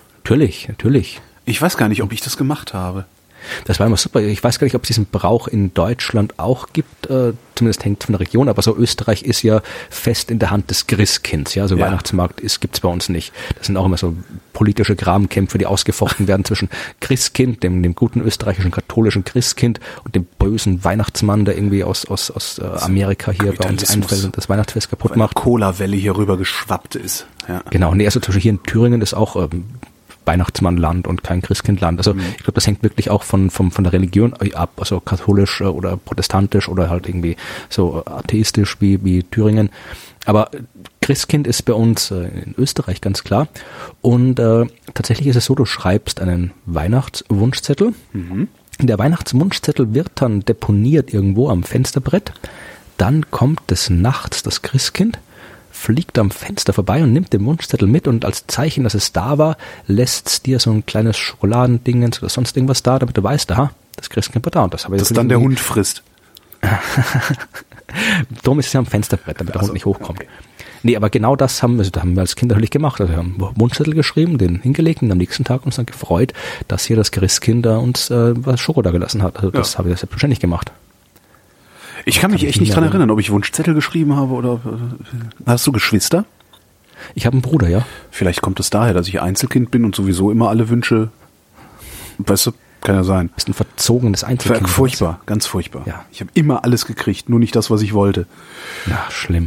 Natürlich. Ich weiß gar nicht, ob ich das gemacht habe. Das war immer super. Ich weiß gar nicht, ob es diesen Brauch in Deutschland auch gibt. Zumindest hängt von der Region. Aber so Österreich ist ja fest in der Hand des Christkinds. Ja, also Weihnachtsmarkt gibt's bei uns nicht. Das sind auch immer so politische Grabenkämpfe, die ausgefochten werden zwischen Christkind, dem guten österreichischen katholischen Christkind und dem bösen Weihnachtsmann, der irgendwie aus Amerika hier bei uns einfällt und das Weihnachtsfest kaputt macht. Cola-Welle hier rüber geschwappt ist. Ja. Genau. Nee, also zum Beispiel hier in Thüringen ist auch Weihnachtsmannland und kein Christkindland. Also ich glaube, das hängt wirklich auch von der Religion ab, also katholisch oder protestantisch oder halt irgendwie so atheistisch wie Thüringen. Aber Christkind ist bei uns in Österreich ganz klar. Und tatsächlich ist es so, du schreibst einen Weihnachtswunschzettel. Mhm. Der Weihnachtswunschzettel wird dann deponiert irgendwo am Fensterbrett. Dann kommt des Nachts das Christkind, fliegt am Fenster vorbei und nimmt den Wunschzettel mit und als Zeichen, dass es da war, lässt es dir so ein kleines Schokoladendingens oder sonst irgendwas da, damit du weißt, aha, das Christkind war da und das habe ich. Das dann der Hund frisst.
Darum ist es ja am Fensterbrett, damit der Hund nicht hochkommt. Okay. Nee, aber genau das haben wir als Kind natürlich gemacht. Also wir haben Wunschzettel geschrieben, den hingelegt und am nächsten Tag uns dann gefreut, dass hier das Christkind uns was Schoko da gelassen hat. Also das habe ich selbstverständlich gemacht.
Ich kann mich echt nicht dran erinnern, ob ich Wunschzettel geschrieben habe oder... Hast du Geschwister?
Ich habe einen Bruder, ja.
Vielleicht kommt es daher, dass ich Einzelkind bin und sowieso immer alle Wünsche... Weißt du, kann ja sein.
Bist ein verzogenes Einzelkind.
Furchtbar, ganz furchtbar.
Ja.
Ich habe immer alles gekriegt, nur nicht das, was ich wollte.
Ja, schlimm.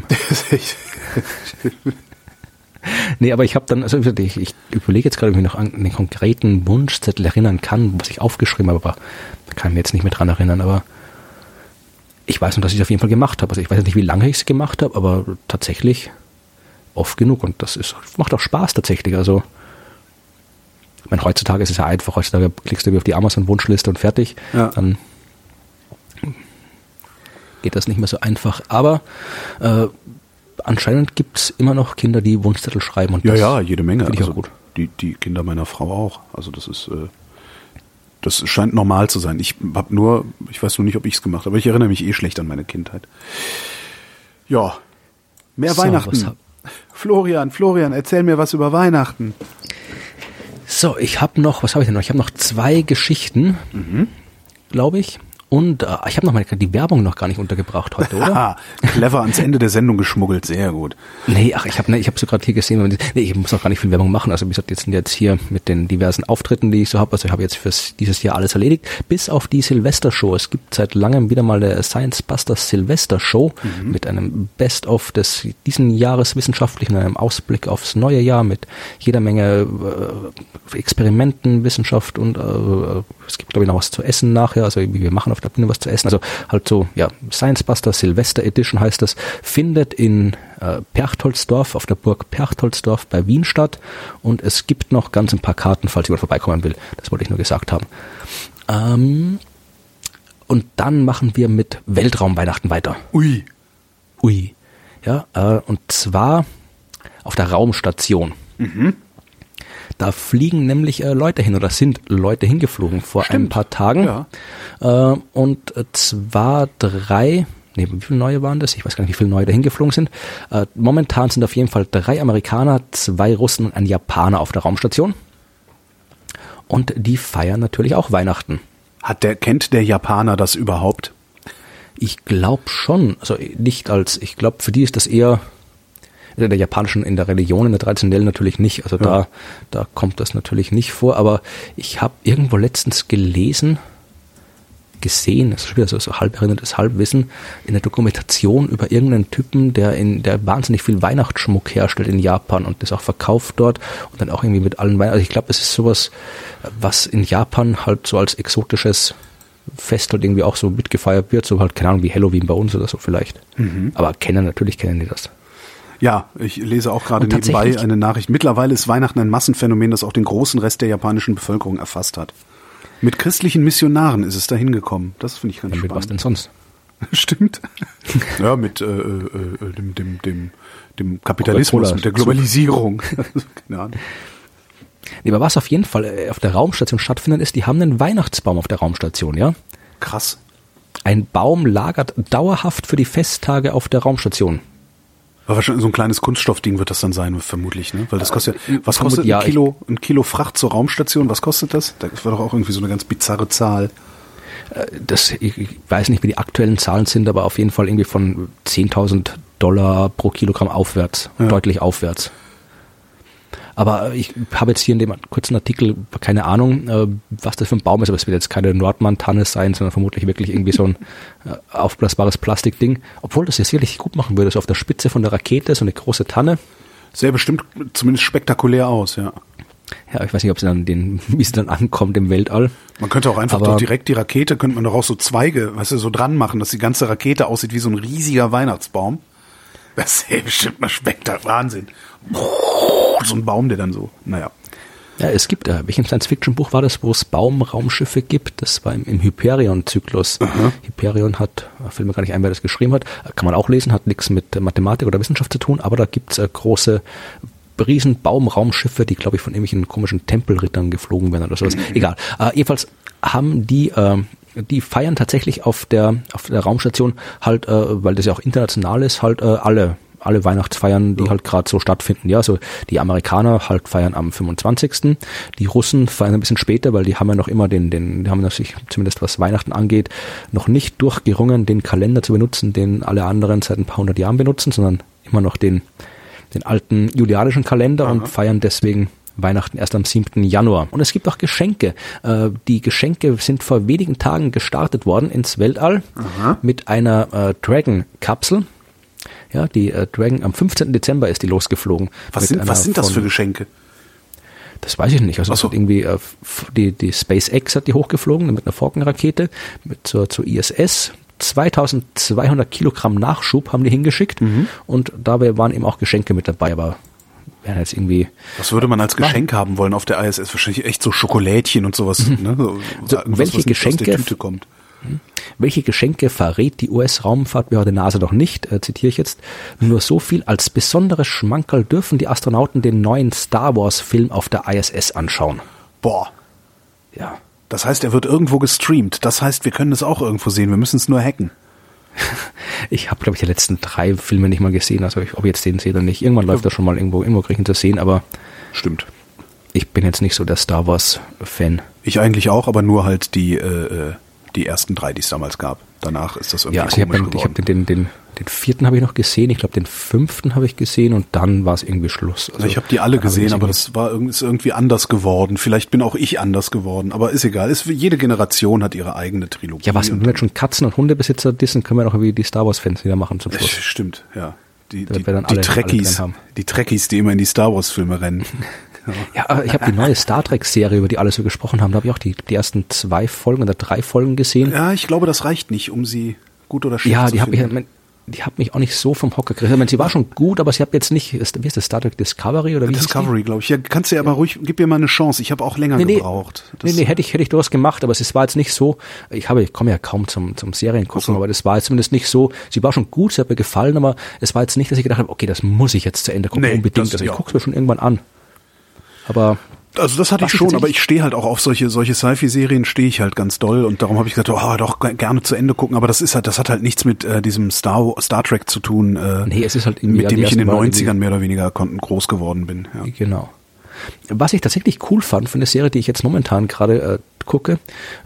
Nee, aber ich habe dann, also ich überlege jetzt gerade, ob ich mich noch an einen konkreten Wunschzettel erinnern kann, was ich aufgeschrieben habe, aber da kann ich mir jetzt nicht mehr dran erinnern, aber ich weiß nur, dass ich es auf jeden Fall gemacht habe. Also ich weiß nicht, wie lange ich es gemacht habe, aber tatsächlich oft genug und das macht auch Spaß tatsächlich, also ich meine, heutzutage ist es ja einfach, heutzutage klickst du auf die Amazon-Wunschliste und fertig, dann geht das nicht mehr so einfach, aber anscheinend gibt es immer noch Kinder, die Wunschzettel schreiben. Und
ja, jede Menge.
Finde ich auch gut.
Die Kinder meiner Frau auch. Also das scheint normal zu sein. Ich weiß nur nicht, ob ich es gemacht habe, aber ich erinnere mich schlecht an meine Kindheit. Ja, mehr Weihnachten. Florian, erzähl mir was über Weihnachten.
So, ich habe noch, was habe ich denn noch? Ich habe noch 2 Geschichten, glaube ich. Und ich habe noch mal die Werbung noch gar nicht untergebracht heute, oder?
Clever ans Ende der Sendung geschmuggelt, sehr gut.
Nee, ich habe so gerade hier gesehen, ich muss auch gar nicht viel Werbung machen. Also wie gesagt, jetzt hier mit den diversen Auftritten, die ich so habe. Also ich habe jetzt für dieses Jahr alles erledigt, bis auf die Silvestershow. Es gibt seit langem wieder mal eine Science Busters Silvestershow mit einem Best-of des diesen Jahres wissenschaftlichen, einem Ausblick aufs neue Jahr mit jeder Menge Experimenten, Wissenschaft und es gibt, glaube ich, noch was zu essen nachher. Also wir machen auf der Bühne was zu essen. Also halt so, ja, Science Buster Silvester Edition heißt das. Findet in Perchtoldsdorf, auf der Burg Perchtoldsdorf bei Wien statt. Und es gibt noch ganz ein paar Karten, falls jemand vorbeikommen will. Das wollte ich nur gesagt haben. Und dann machen wir mit Weltraumweihnachten weiter.
Ui.
Ja, und zwar auf der Raumstation. Da fliegen nämlich Leute hin oder sind Leute hingeflogen vor ein paar Tagen. Ja. Und zwar 3, wie viele neue waren das? Ich weiß gar nicht, wie viele neue da hingeflogen sind. Momentan sind auf jeden Fall 3 Amerikaner, 2 Russen und ein Japaner auf der Raumstation. Und die feiern natürlich auch Weihnachten.
Kennt der Japaner das überhaupt?
Ich glaube schon. Also ich glaube, für die ist das eher... Der japanischen, in der Religion, in der traditionellen natürlich nicht. Also da kommt das natürlich nicht vor. Aber ich habe irgendwo letztens gesehen, das ist wieder so halb erinnertes Halbwissen, in der Dokumentation über irgendeinen Typen, der wahnsinnig viel Weihnachtsschmuck herstellt in Japan und das auch verkauft dort und dann auch irgendwie mit allen Weihnachten. Also ich glaube, es ist sowas, was in Japan halt so als exotisches Fest halt irgendwie auch so mitgefeiert wird. So halt, keine Ahnung, wie Halloween bei uns oder so vielleicht. Aber natürlich kennen die das.
Ja, ich lese auch gerade nebenbei eine Nachricht. Mittlerweile ist Weihnachten ein Massenphänomen, das auch den großen Rest der japanischen Bevölkerung erfasst hat. Mit christlichen Missionaren ist es dahin gekommen. Das finde ich ganz spannend.
Mit was denn sonst?
Stimmt. Ja, mit dem Kapitalismus, mit der Globalisierung. Keine Ahnung.
Nee, aber was auf jeden Fall auf der Raumstation stattfindet, ist, die haben einen Weihnachtsbaum auf der Raumstation, ja?
Krass.
Ein Baum lagert dauerhaft für die Festtage auf der Raumstation.
Aber wahrscheinlich so ein kleines Kunststoffding wird das dann sein, vermutlich, ne? Weil das kostet was kostet ein Kilo Fracht zur Raumstation? Was kostet das? Das war doch auch irgendwie so eine ganz bizarre Zahl.
Ich weiß nicht, wie die aktuellen Zahlen sind, aber auf jeden Fall irgendwie von $10.000 pro Kilogramm aufwärts, deutlich aufwärts. Aber ich habe jetzt hier in dem kurzen Artikel keine Ahnung, was das für ein Baum ist, aber es wird jetzt keine Nordmann-Tanne sein, sondern vermutlich wirklich irgendwie so ein aufblasbares Plastikding. Obwohl das ja sicherlich gut machen würde, so auf der Spitze von der Rakete, so eine große Tanne.
Sähe bestimmt zumindest spektakulär aus, ja.
Ja, ich weiß nicht, wie sie dann ankommt im Weltall.
Man könnte auch einfach doch direkt die Rakete, könnte man doch auch so Zweige, so dran machen, dass die ganze Rakete aussieht wie so ein riesiger Weihnachtsbaum. Das sähe bestimmt mal spektakulär. Wahnsinn. So ein Baum, der dann so, naja.
Ja, es gibt, welchem Science-Fiction-Buch war das, wo es Baumraumschiffe gibt? Das war im Hyperion-Zyklus. Hyperion fällt mir gar nicht ein, wer das geschrieben hat. Kann man auch lesen, hat nichts mit Mathematik oder Wissenschaft zu tun, aber da gibt's große riesen Baumraumschiffe, die, glaube ich, von irgendwelchen komischen Tempelrittern geflogen werden oder sowas. Egal. Jedenfalls haben die die feiern tatsächlich auf der Raumstation halt, weil das ja auch international ist, halt alle Weihnachtsfeiern, die halt gerade so stattfinden. Ja, also die Amerikaner halt feiern am 25. Die Russen feiern ein bisschen später, weil die haben ja noch immer die haben natürlich zumindest was Weihnachten angeht, noch nicht durchgerungen, den Kalender zu benutzen, den alle anderen seit ein paar hundert Jahren benutzen, sondern immer noch den alten julianischen Kalender und feiern deswegen Weihnachten erst am 7. Januar. Und es gibt auch Geschenke. Die Geschenke sind vor wenigen Tagen gestartet worden ins Weltall mit einer Dragon-Kapsel. Ja, die Dragon am 15. Dezember ist die losgeflogen.
Was sind das für Geschenke?
Das weiß ich nicht. Also
so.
irgendwie die SpaceX hat die hochgeflogen mit einer Falcon-Rakete zur ISS. 2200 Kilogramm Nachschub haben die hingeschickt und dabei waren eben auch Geschenke mit dabei, aber wären jetzt irgendwie...
Was würde man als Geschenk haben wollen auf der ISS? Wahrscheinlich echt so Schokolädchen und sowas. Ne?
So, welche Geschenke
aus der Tüte kommt.
Welche Geschenke verrät die US-Raumfahrtbehörde NASA noch nicht, zitiere ich jetzt, nur so viel, als besonderes Schmankerl dürfen die Astronauten den neuen Star Wars-Film auf der ISS anschauen.
Boah.
Ja.
Das heißt, er wird irgendwo gestreamt. Das heißt, wir können es auch irgendwo sehen. Wir müssen es nur hacken.
Ich habe, glaube ich, die letzten 3 Filme nicht mal gesehen. Also ob ich jetzt den sehe oder nicht. Irgendwann läuft er schon mal irgendwo kriege ich ihn zu sehen. Aber
stimmt.
Ich bin jetzt nicht so der Star Wars-Fan.
Ich eigentlich auch, aber nur halt die ersten 3, die es damals gab. Danach ist das irgendwie komisch geworden.
Ich habe den 4. habe ich noch gesehen, ich glaube den 5. habe ich gesehen und dann war es irgendwie Schluss.
Also ich habe die alle gesehen, aber das ist irgendwie anders geworden. Vielleicht bin auch ich anders geworden, aber ist egal. Jede Generation hat ihre eigene Trilogie.
Ja, wenn wir jetzt schon Katzen- und Hundebesitzer dissen, können wir noch wie die Star Wars-Fans wieder machen zum Schluss.
Stimmt, ja. Die
Trekkies,
die immer in die Star Wars-Filme rennen.
Ja, ich habe die neue Star Trek-Serie, über die alle so gesprochen haben, da habe ich auch die ersten 2 Folgen oder 3 Folgen gesehen.
Ja, ich glaube, das reicht nicht, um sie gut oder schlecht zu finden.
Die hat mich auch nicht so vom Hocker gekriegt. Ich meine, sie war schon gut, aber sie hat jetzt nicht, wie ist das, Star Trek Discovery oder wie
Discovery, glaube ich. Ja, kannst du ja aber ruhig, gib mir mal eine Chance. Ich habe auch länger gebraucht.
Hätte ich durchaus gemacht, aber es war jetzt nicht so, ich komme ja kaum zum Seriengucken, aber das war jetzt zumindest nicht so, sie war schon gut, sie hat mir gefallen, aber es war jetzt nicht, dass ich gedacht habe, okay, das muss ich jetzt zu Ende gucken, unbedingt. Also ich gucke es mir schon irgendwann an. Aber
also das hatte ich schon, aber ich stehe halt auch auf solche Sci-Fi-Serien stehe ich halt ganz doll und darum habe ich gesagt, doch gerne zu Ende gucken, aber das hat halt nichts mit diesem Star Trek zu tun,
es ist halt irgendwie,
mit dem ich in den 90ern mehr oder weniger groß geworden bin. Ja.
Genau. Was ich tatsächlich cool fand von der Serie, die ich jetzt momentan gerade gucke,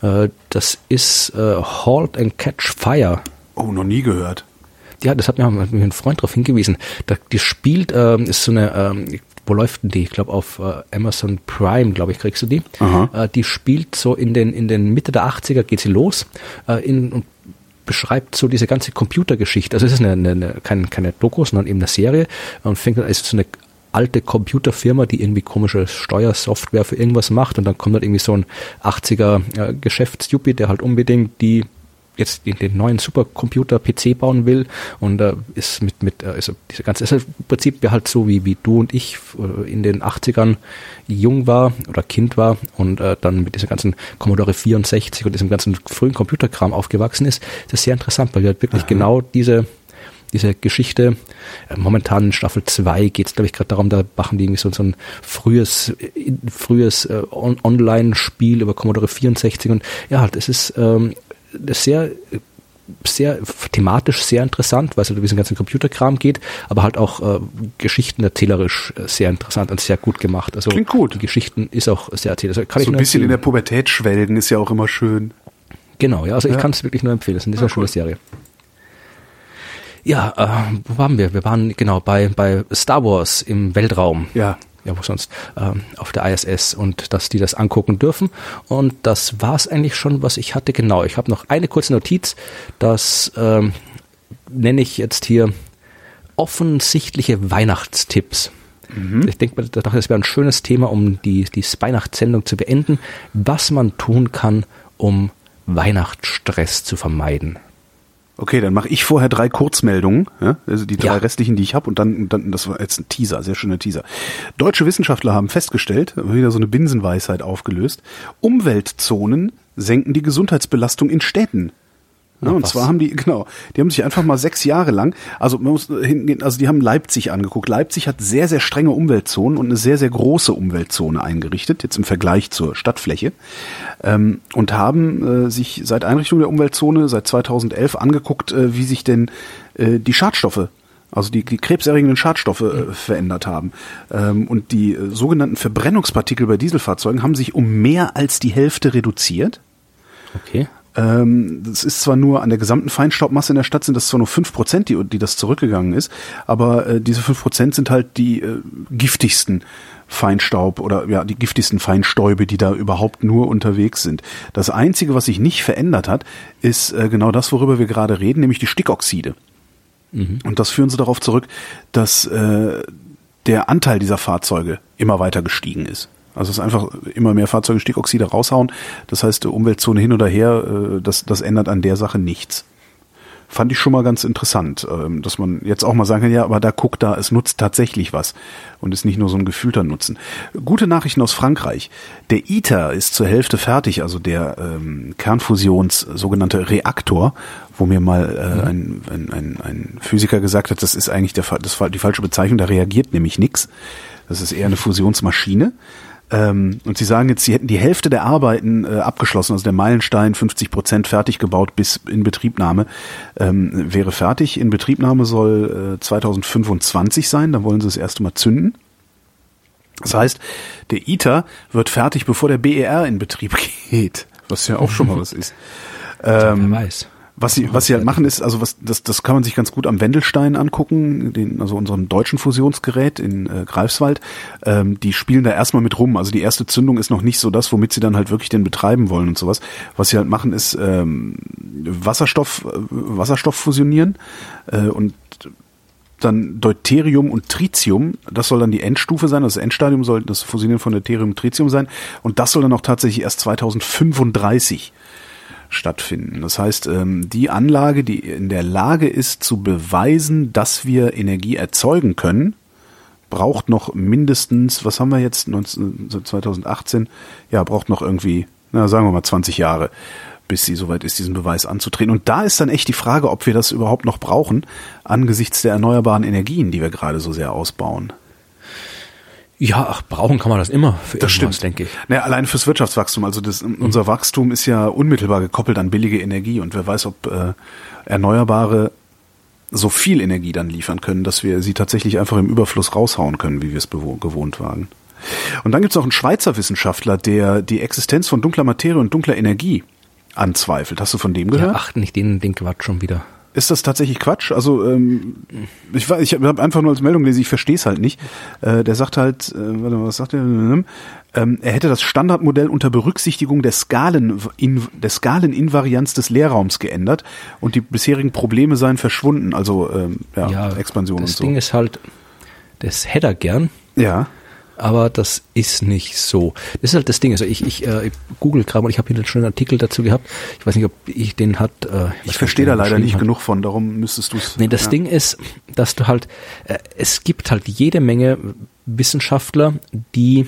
das ist Halt and Catch Fire.
Oh, noch nie gehört.
Ja, das hat mir ein Freund darauf hingewiesen. Die spielt, ist so eine, wo läuft denn die? Ich glaube auf Amazon Prime, glaube ich, kriegst du die. Die spielt so in den Mitte der 80er geht sie los und beschreibt so diese ganze Computergeschichte. Also es ist keine Doku, sondern eben eine Serie und fängt an, ist so eine alte Computerfirma, die irgendwie komische Steuersoftware für irgendwas macht und dann kommt halt irgendwie so ein 80er Geschäftsjuppie, der halt unbedingt jetzt den neuen Supercomputer PC bauen will und ist also diese ganze, ist im Prinzip halt so wie du und ich in den 80ern jung war oder Kind war und dann mit dieser ganzen Commodore 64 und diesem ganzen frühen Computerkram aufgewachsen ist. Das ist sehr interessant, weil wir halt wirklich genau diese Geschichte, momentan in Staffel 2 geht es, glaube ich, gerade darum, da machen die irgendwie so ein frühes Online-Spiel über Commodore 64 und ja, halt, es ist sehr, sehr thematisch sehr interessant, weil es um diesen ganzen Computerkram geht, aber halt auch geschichtenerzählerisch sehr interessant und sehr gut gemacht. Also
klingt gut.
Die Geschichten ist auch sehr erzählt. Also kann
so ein bisschen in der Pubertät schwelgen ist ja auch immer schön.
Genau, ja, also ich kann es wirklich nur empfehlen. Das ist eine schöne Serie. Ja, wo waren wir? Wir waren genau bei Star Wars im Weltraum.
Ja,
wo sonst, auf der ISS und dass die das angucken dürfen. Und das war's eigentlich schon, was ich hatte. Genau, ich habe noch eine kurze Notiz, das nenne ich jetzt hier offensichtliche Weihnachtstipps. Ich denke, das wäre ein schönes Thema, um die Weihnachtssendung zu beenden, was man tun kann, um Weihnachtsstress zu vermeiden.
Okay, dann mache ich vorher 3 Kurzmeldungen, ja? Also die 3 restlichen, die ich habe und dann, das war jetzt ein Teaser, sehr schöner Teaser. Deutsche Wissenschaftler haben festgestellt, wieder so eine Binsenweisheit aufgelöst, Umweltzonen senken die Gesundheitsbelastung in Städten. Ja, und zwar haben die haben sich einfach mal 6 Jahre lang, also man muss hingehen, also die haben Leipzig angeguckt. Leipzig hat sehr, sehr strenge Umweltzonen und eine sehr, sehr große Umweltzone eingerichtet, jetzt im Vergleich zur Stadtfläche, und haben sich seit Einrichtung der Umweltzone, seit 2011 angeguckt, wie sich denn die Schadstoffe, also die krebserregenden Schadstoffe verändert haben. Und die sogenannten Verbrennungspartikel bei Dieselfahrzeugen haben sich um mehr als die Hälfte reduziert.
Okay.
Das ist zwar nur an der gesamten Feinstaubmasse in der Stadt, sind das zwar nur 5%, die das zurückgegangen ist, aber diese 5% sind halt die giftigsten Feinstaub oder ja die giftigsten Feinstäube, die da überhaupt nur unterwegs sind. Das Einzige, was sich nicht verändert hat, ist genau das, worüber wir gerade reden, nämlich die Stickoxide. Mhm. Und das führen sie darauf zurück, dass der Anteil dieser Fahrzeuge immer weiter gestiegen ist. Also es ist einfach immer mehr Fahrzeuge Stickoxide raushauen. Das heißt, Umweltzone hin oder her, das ändert an der Sache nichts. Fand ich schon mal ganz interessant, dass man jetzt auch mal sagen kann, ja, aber es nutzt tatsächlich was und ist nicht nur so ein gefühlter Nutzen. Gute Nachrichten aus Frankreich. Der ITER ist zur Hälfte fertig, also der Kernfusions sogenannte Reaktor, wo mir mal ein Physiker gesagt hat, das ist eigentlich die falsche Bezeichnung, da reagiert nämlich nichts. Das ist eher eine Fusionsmaschine. Und sie sagen jetzt, sie hätten die Hälfte der Arbeiten abgeschlossen, also der Meilenstein 50% fertig gebaut bis in Betriebnahme wäre fertig. In Betriebnahme soll 2025 sein, dann wollen sie das erste Mal zünden. Das heißt, der ITER wird fertig, bevor der BER in Betrieb geht, was ja auch schon mal was ist.
Wer weiß.
Was sie halt machen ist, also das kann man sich ganz gut am Wendelstein angucken, also unserem deutschen Fusionsgerät in Greifswald. Die spielen da erstmal mit rum. Also die erste Zündung ist noch nicht so das, womit sie dann halt wirklich den betreiben wollen und sowas. Was sie halt machen ist Wasserstoff fusionieren und dann Deuterium und Tritium, das soll dann die Endstufe sein, das Endstadium soll das Fusionieren von Deuterium und Tritium sein und das soll dann auch tatsächlich erst 2035 stattfinden. Das heißt, die Anlage, die in der Lage ist zu beweisen, dass wir Energie erzeugen können, braucht noch mindestens, was haben wir jetzt, 2018, ja, braucht noch irgendwie, sagen wir mal 20 Jahre, bis sie soweit ist, diesen Beweis anzutreten. Und da ist dann echt die Frage, ob wir das überhaupt noch brauchen, angesichts der erneuerbaren Energien, die wir gerade so sehr ausbauen.
Ja, brauchen kann man das immer für
das
irgendwas,
stimmt,
denke ich.
Naja, allein fürs Wirtschaftswachstum. Also unser Wachstum ist ja unmittelbar gekoppelt an billige Energie und wer weiß, ob Erneuerbare so viel Energie dann liefern können, dass wir sie tatsächlich einfach im Überfluss raushauen können, wie wir es gewohnt waren. Und dann gibt es auch einen Schweizer Wissenschaftler, der die Existenz von dunkler Materie und dunkler Energie anzweifelt. Hast du von dem gehört?
Ja, ach, nicht den Quatsch schon wieder.
Ist das tatsächlich Quatsch? Also ich habe einfach nur als Meldung gelesen, ich verstehe es halt nicht. Der sagt halt, was sagt er? Er hätte das Standardmodell unter Berücksichtigung der Skaleninvarianz des Leerraums geändert und die bisherigen Probleme seien verschwunden. Also Expansion und so.
Das Ding ist halt, das hätte er gern.
Ja.
Aber das ist nicht so. Das ist halt das Ding. Also ich google gerade mal, ich habe hier einen schönen Artikel dazu gehabt. Ich weiß nicht, ob ich den hat.
Ich verstehe da leider nicht genug von, darum müsstest du es.
Nee, das Ding ist, dass du halt, es gibt halt jede Menge Wissenschaftler, die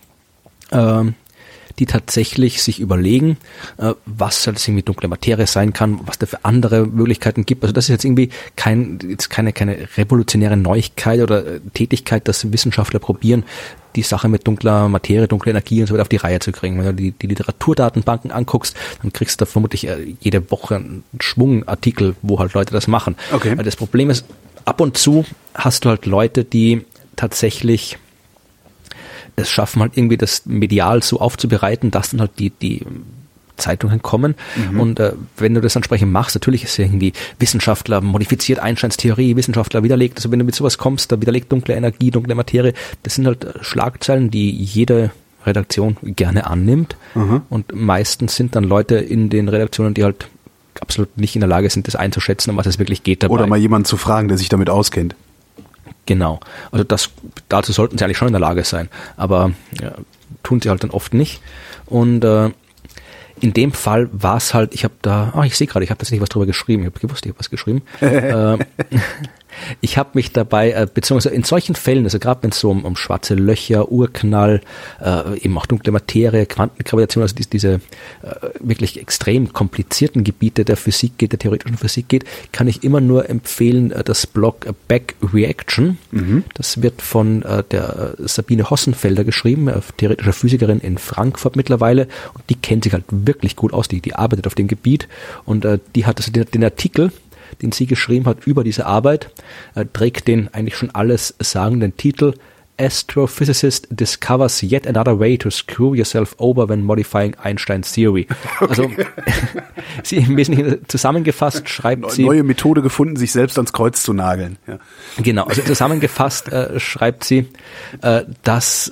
tatsächlich sich überlegen, was halt irgendwie dunkle Materie sein kann, was da für andere Möglichkeiten gibt. Also das ist jetzt irgendwie keine revolutionäre Neuigkeit oder Tätigkeit, dass Wissenschaftler probieren, die Sache mit dunkler Materie, dunkler Energie und so weiter auf die Reihe zu kriegen. Wenn du die Literaturdatenbanken anguckst, dann kriegst du da vermutlich jede Woche einen Schwung Artikel, wo halt Leute das machen.
Okay.
Weil das Problem ist, ab und zu hast du halt Leute, die tatsächlich es schaffen halt irgendwie das medial so aufzubereiten, dass dann halt die Zeitungen kommen. Mhm. Und wenn du das entsprechend machst, natürlich ist ja irgendwie Wissenschaftler modifiziert Einsteins Theorie, Wissenschaftler widerlegt. Also wenn du mit sowas kommst, da widerlegt dunkle Energie, dunkle Materie. Das sind halt Schlagzeilen, die jede Redaktion gerne annimmt. Mhm. Und meistens sind dann Leute in den Redaktionen, die halt absolut nicht in der Lage sind, das einzuschätzen, um was es wirklich geht dabei.
Oder mal jemanden zu fragen, der sich damit auskennt.
Genau. Also dazu sollten sie eigentlich schon in der Lage sein. Aber tun sie halt dann oft nicht. Und in dem Fall war es halt, ich sehe gerade, ich habe tatsächlich was drüber geschrieben. Ich habe gewusst, ich habe was geschrieben. Ich habe mich dabei, beziehungsweise in solchen Fällen, also gerade wenn es so um schwarze Löcher, Urknall, eben auch dunkle Materie, Quantengravitation, also diese wirklich extrem komplizierten Gebiete der Physik geht, der theoretischen Physik geht, kann ich immer nur empfehlen, das Blog Back Reaction. Das wird von der Sabine Hossenfelder geschrieben, theoretische Physikerin in Frankfurt mittlerweile, und die kennt sich halt wirklich gut aus, die arbeitet auf dem Gebiet, und die hat also den Artikel, den sie geschrieben hat über diese Arbeit, trägt den eigentlich schon alles sagenden Titel Astrophysicist discovers yet another way to screw yourself over when modifying Einstein's theory. Okay. Also sie im Wesentlichen zusammengefasst schreibt sie...
Neue Methode gefunden, sich selbst ans Kreuz zu nageln. Ja.
Genau, also zusammengefasst schreibt sie, dass...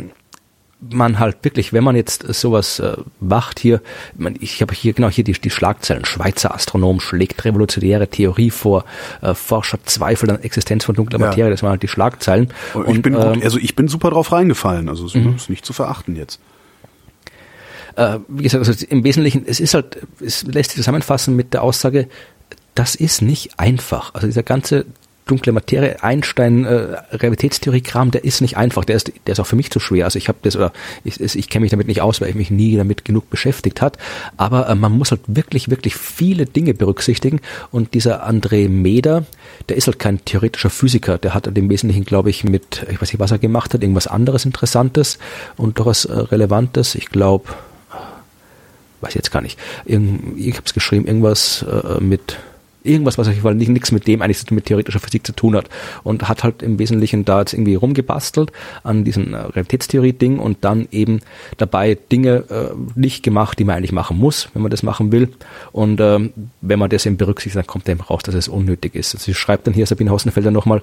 man halt wirklich, wenn man jetzt sowas macht hier, ich habe hier genau hier die Schlagzeilen: Schweizer Astronom schlägt revolutionäre Theorie vor, Forscher zweifelt an Existenz von dunkler Materie, das waren halt die Schlagzeilen. Und
ich bin super drauf reingefallen, also es ist nicht zu verachten jetzt.
Wie gesagt, also im Wesentlichen, es lässt sich zusammenfassen mit der Aussage, das ist nicht einfach. Also dieser ganze dunkle Materie, Einstein, Realitätstheorie-Kram, der ist nicht einfach, der ist auch für mich zu schwer. Also ich kenne mich damit nicht aus, weil ich mich nie damit genug beschäftigt hat. Aber man muss halt wirklich, wirklich viele Dinge berücksichtigen. Und dieser André Meder, der ist halt kein theoretischer Physiker. Der hat im Wesentlichen, glaube ich, ich weiß nicht, was er gemacht hat, irgendwas anderes Interessantes und doch was Relevantes. Ich glaube, weiß ich jetzt gar nicht. Ich habe es geschrieben, irgendwas, was auf jeden Fall nichts mit dem eigentlich mit theoretischer Physik zu tun hat, und hat halt im Wesentlichen da jetzt irgendwie rumgebastelt an diesem Realitätstheorie-Ding und dann eben dabei Dinge nicht gemacht, die man eigentlich machen muss, wenn man das machen will, und wenn man das eben berücksichtigt, dann kommt eben raus, dass es unnötig ist. Also sie schreibt dann hier, Sabine Hossenfelder, nochmal,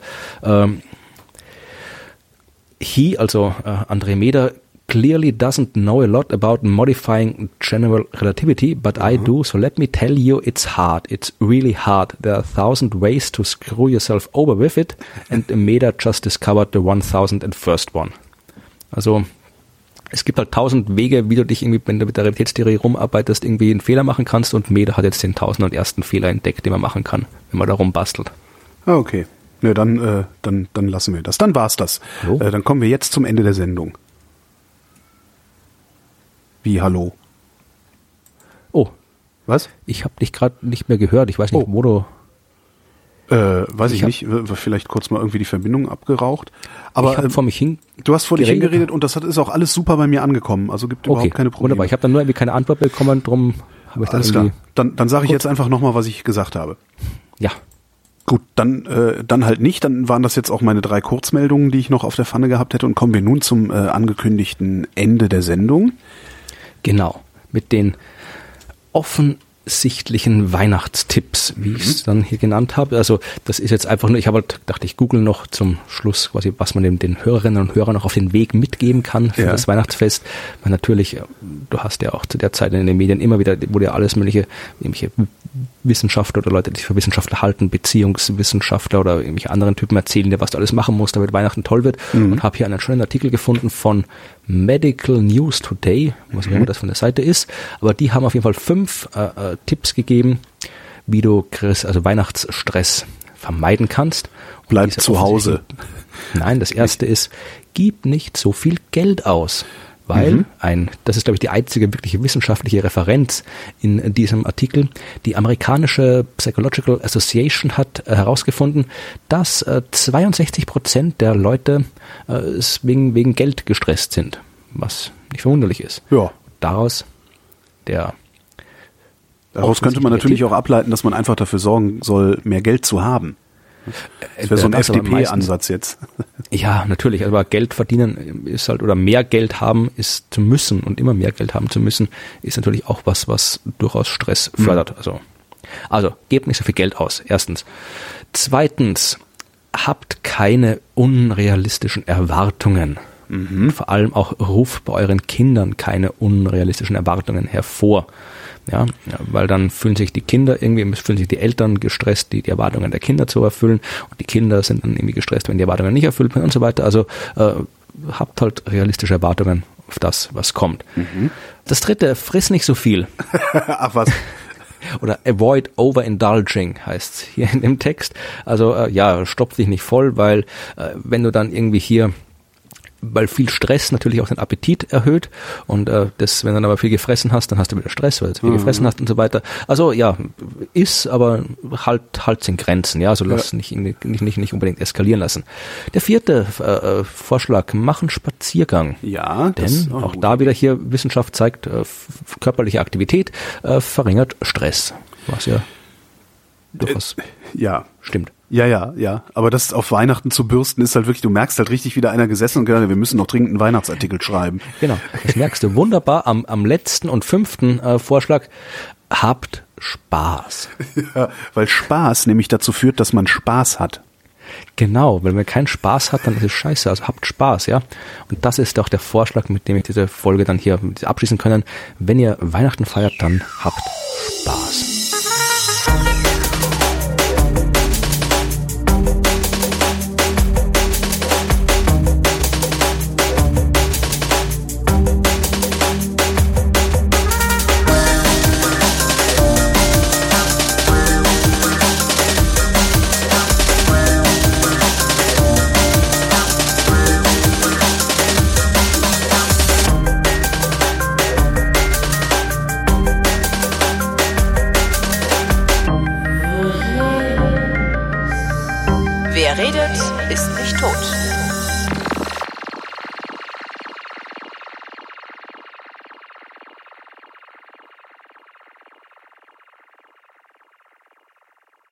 André Meder, clearly doesn't know a lot about modifying general relativity, but I do, so let me tell you, it's hard. It's really hard. There are 1,000 ways to screw yourself over with it, and Meder just discovered the 1,001st one. Also es gibt halt 1.000 Wege, wie du dich irgendwie, wenn du mit der Realitätstheorie rumarbeitest, irgendwie einen Fehler machen kannst, und Meder hat jetzt den 1.001. Fehler entdeckt, den man machen kann, wenn man da rumbastelt.
Okay. Ja, dann lassen wir das. Dann war's das.
So.
Dann kommen wir jetzt zum Ende der Sendung. Wie, hallo?
Oh.
Was?
Ich habe dich gerade nicht mehr gehört. Ich weiß nicht, wo du...
Weiß ich nicht. Vielleicht kurz mal irgendwie die Verbindung abgeraucht. Aber
ich habe vor mich hin...
Du hast vor dich hingeredet, und das ist auch alles super bei mir angekommen. Also gibt überhaupt keine Probleme.
Wunderbar. Ich habe dann nur irgendwie keine Antwort bekommen, drum habe ich dann
alles klar. Dann sage ich jetzt einfach nochmal, was ich gesagt habe.
Ja.
Gut, dann halt nicht. Dann waren das jetzt auch meine 3 Kurzmeldungen, die ich noch auf der Pfanne gehabt hätte, und kommen wir nun zum angekündigten Ende der Sendung.
Genau, mit den offensichtlichen Weihnachtstipps, wie ich es dann hier genannt habe. Also das ist jetzt einfach nur, ich habe halt gedacht, ich google noch zum Schluss quasi, was man den Hörerinnen und Hörern noch auf den Weg mitgeben kann für das Weihnachtsfest. Weil natürlich, du hast ja auch zu der Zeit in den Medien immer wieder, wurde ja alles mögliche, irgendwelche Wissenschaftler oder Leute, die sich für Wissenschaftler halten, Beziehungswissenschaftler oder irgendwelche anderen Typen erzählen dir, was du alles machen musst, damit Weihnachten toll wird. Und habe hier einen schönen Artikel gefunden von Medical News Today, was auch immer das von der Seite ist. Aber die haben auf jeden Fall 5 Tipps gegeben, wie du Weihnachtsstress vermeiden kannst. Und
bleib zu Hause.
Nein, das erste ist, gib nicht so viel Geld aus. Weil das ist, glaube ich, die einzige wirkliche wissenschaftliche Referenz in diesem Artikel. Die amerikanische Psychological Association hat herausgefunden, dass 62% der Leute wegen Geld gestresst sind, was nicht verwunderlich ist.
Ja.
Daraus
könnte man natürlich auch ableiten, dass man einfach dafür sorgen soll, mehr Geld zu haben. Das wäre so ein FDP-Ansatz jetzt.
Ja, natürlich. Aber Geld verdienen ist halt, oder mehr Geld haben ist zu müssen, und immer mehr Geld haben zu müssen, ist natürlich auch was durchaus Stress fördert. Also gebt nicht so viel Geld aus. Erstens. Zweitens, habt keine unrealistischen Erwartungen. Vor allem auch ruft bei euren Kindern keine unrealistischen Erwartungen hervor. Ja, weil dann fühlen sich die Eltern gestresst, die Erwartungen der Kinder zu erfüllen, und die Kinder sind dann irgendwie gestresst, wenn die Erwartungen nicht erfüllt werden und so weiter. Also habt halt realistische Erwartungen auf das, was kommt. Das dritte, friss nicht so viel.
Ach was.
Oder avoid overindulging heißt's hier in dem Text. Also stopf dich nicht voll, weil wenn du dann irgendwie hier, weil viel Stress natürlich auch den Appetit erhöht und wenn du dann aber viel gefressen hast, dann hast du wieder Stress, weil du viel gefressen hast und so weiter. Also iss, aber halt's in Grenzen, ja, also lass nicht unbedingt eskalieren lassen. Der 4. Vorschlag, mach einen Spaziergang.
Ja,
denn auch da wieder hier Wissenschaft zeigt, körperliche Aktivität verringert Stress, was ja durchaus stimmt.
Ja. Aber das auf Weihnachten zu bürsten ist halt wirklich, du merkst halt richtig, wie da einer gesessen und gesagt, wir müssen noch dringend einen Weihnachtsartikel schreiben.
Genau, das merkst du wunderbar am letzten und 5. Vorschlag. Habt Spaß.
Ja, weil Spaß nämlich dazu führt, dass man Spaß hat.
Genau, wenn man keinen Spaß hat, dann ist es scheiße. Also habt Spaß, ja. Und das ist auch der Vorschlag, mit dem ich diese Folge dann hier abschließen können. Wenn ihr Weihnachten feiert, dann habt Spaß.
Wer redet, ist nicht tot.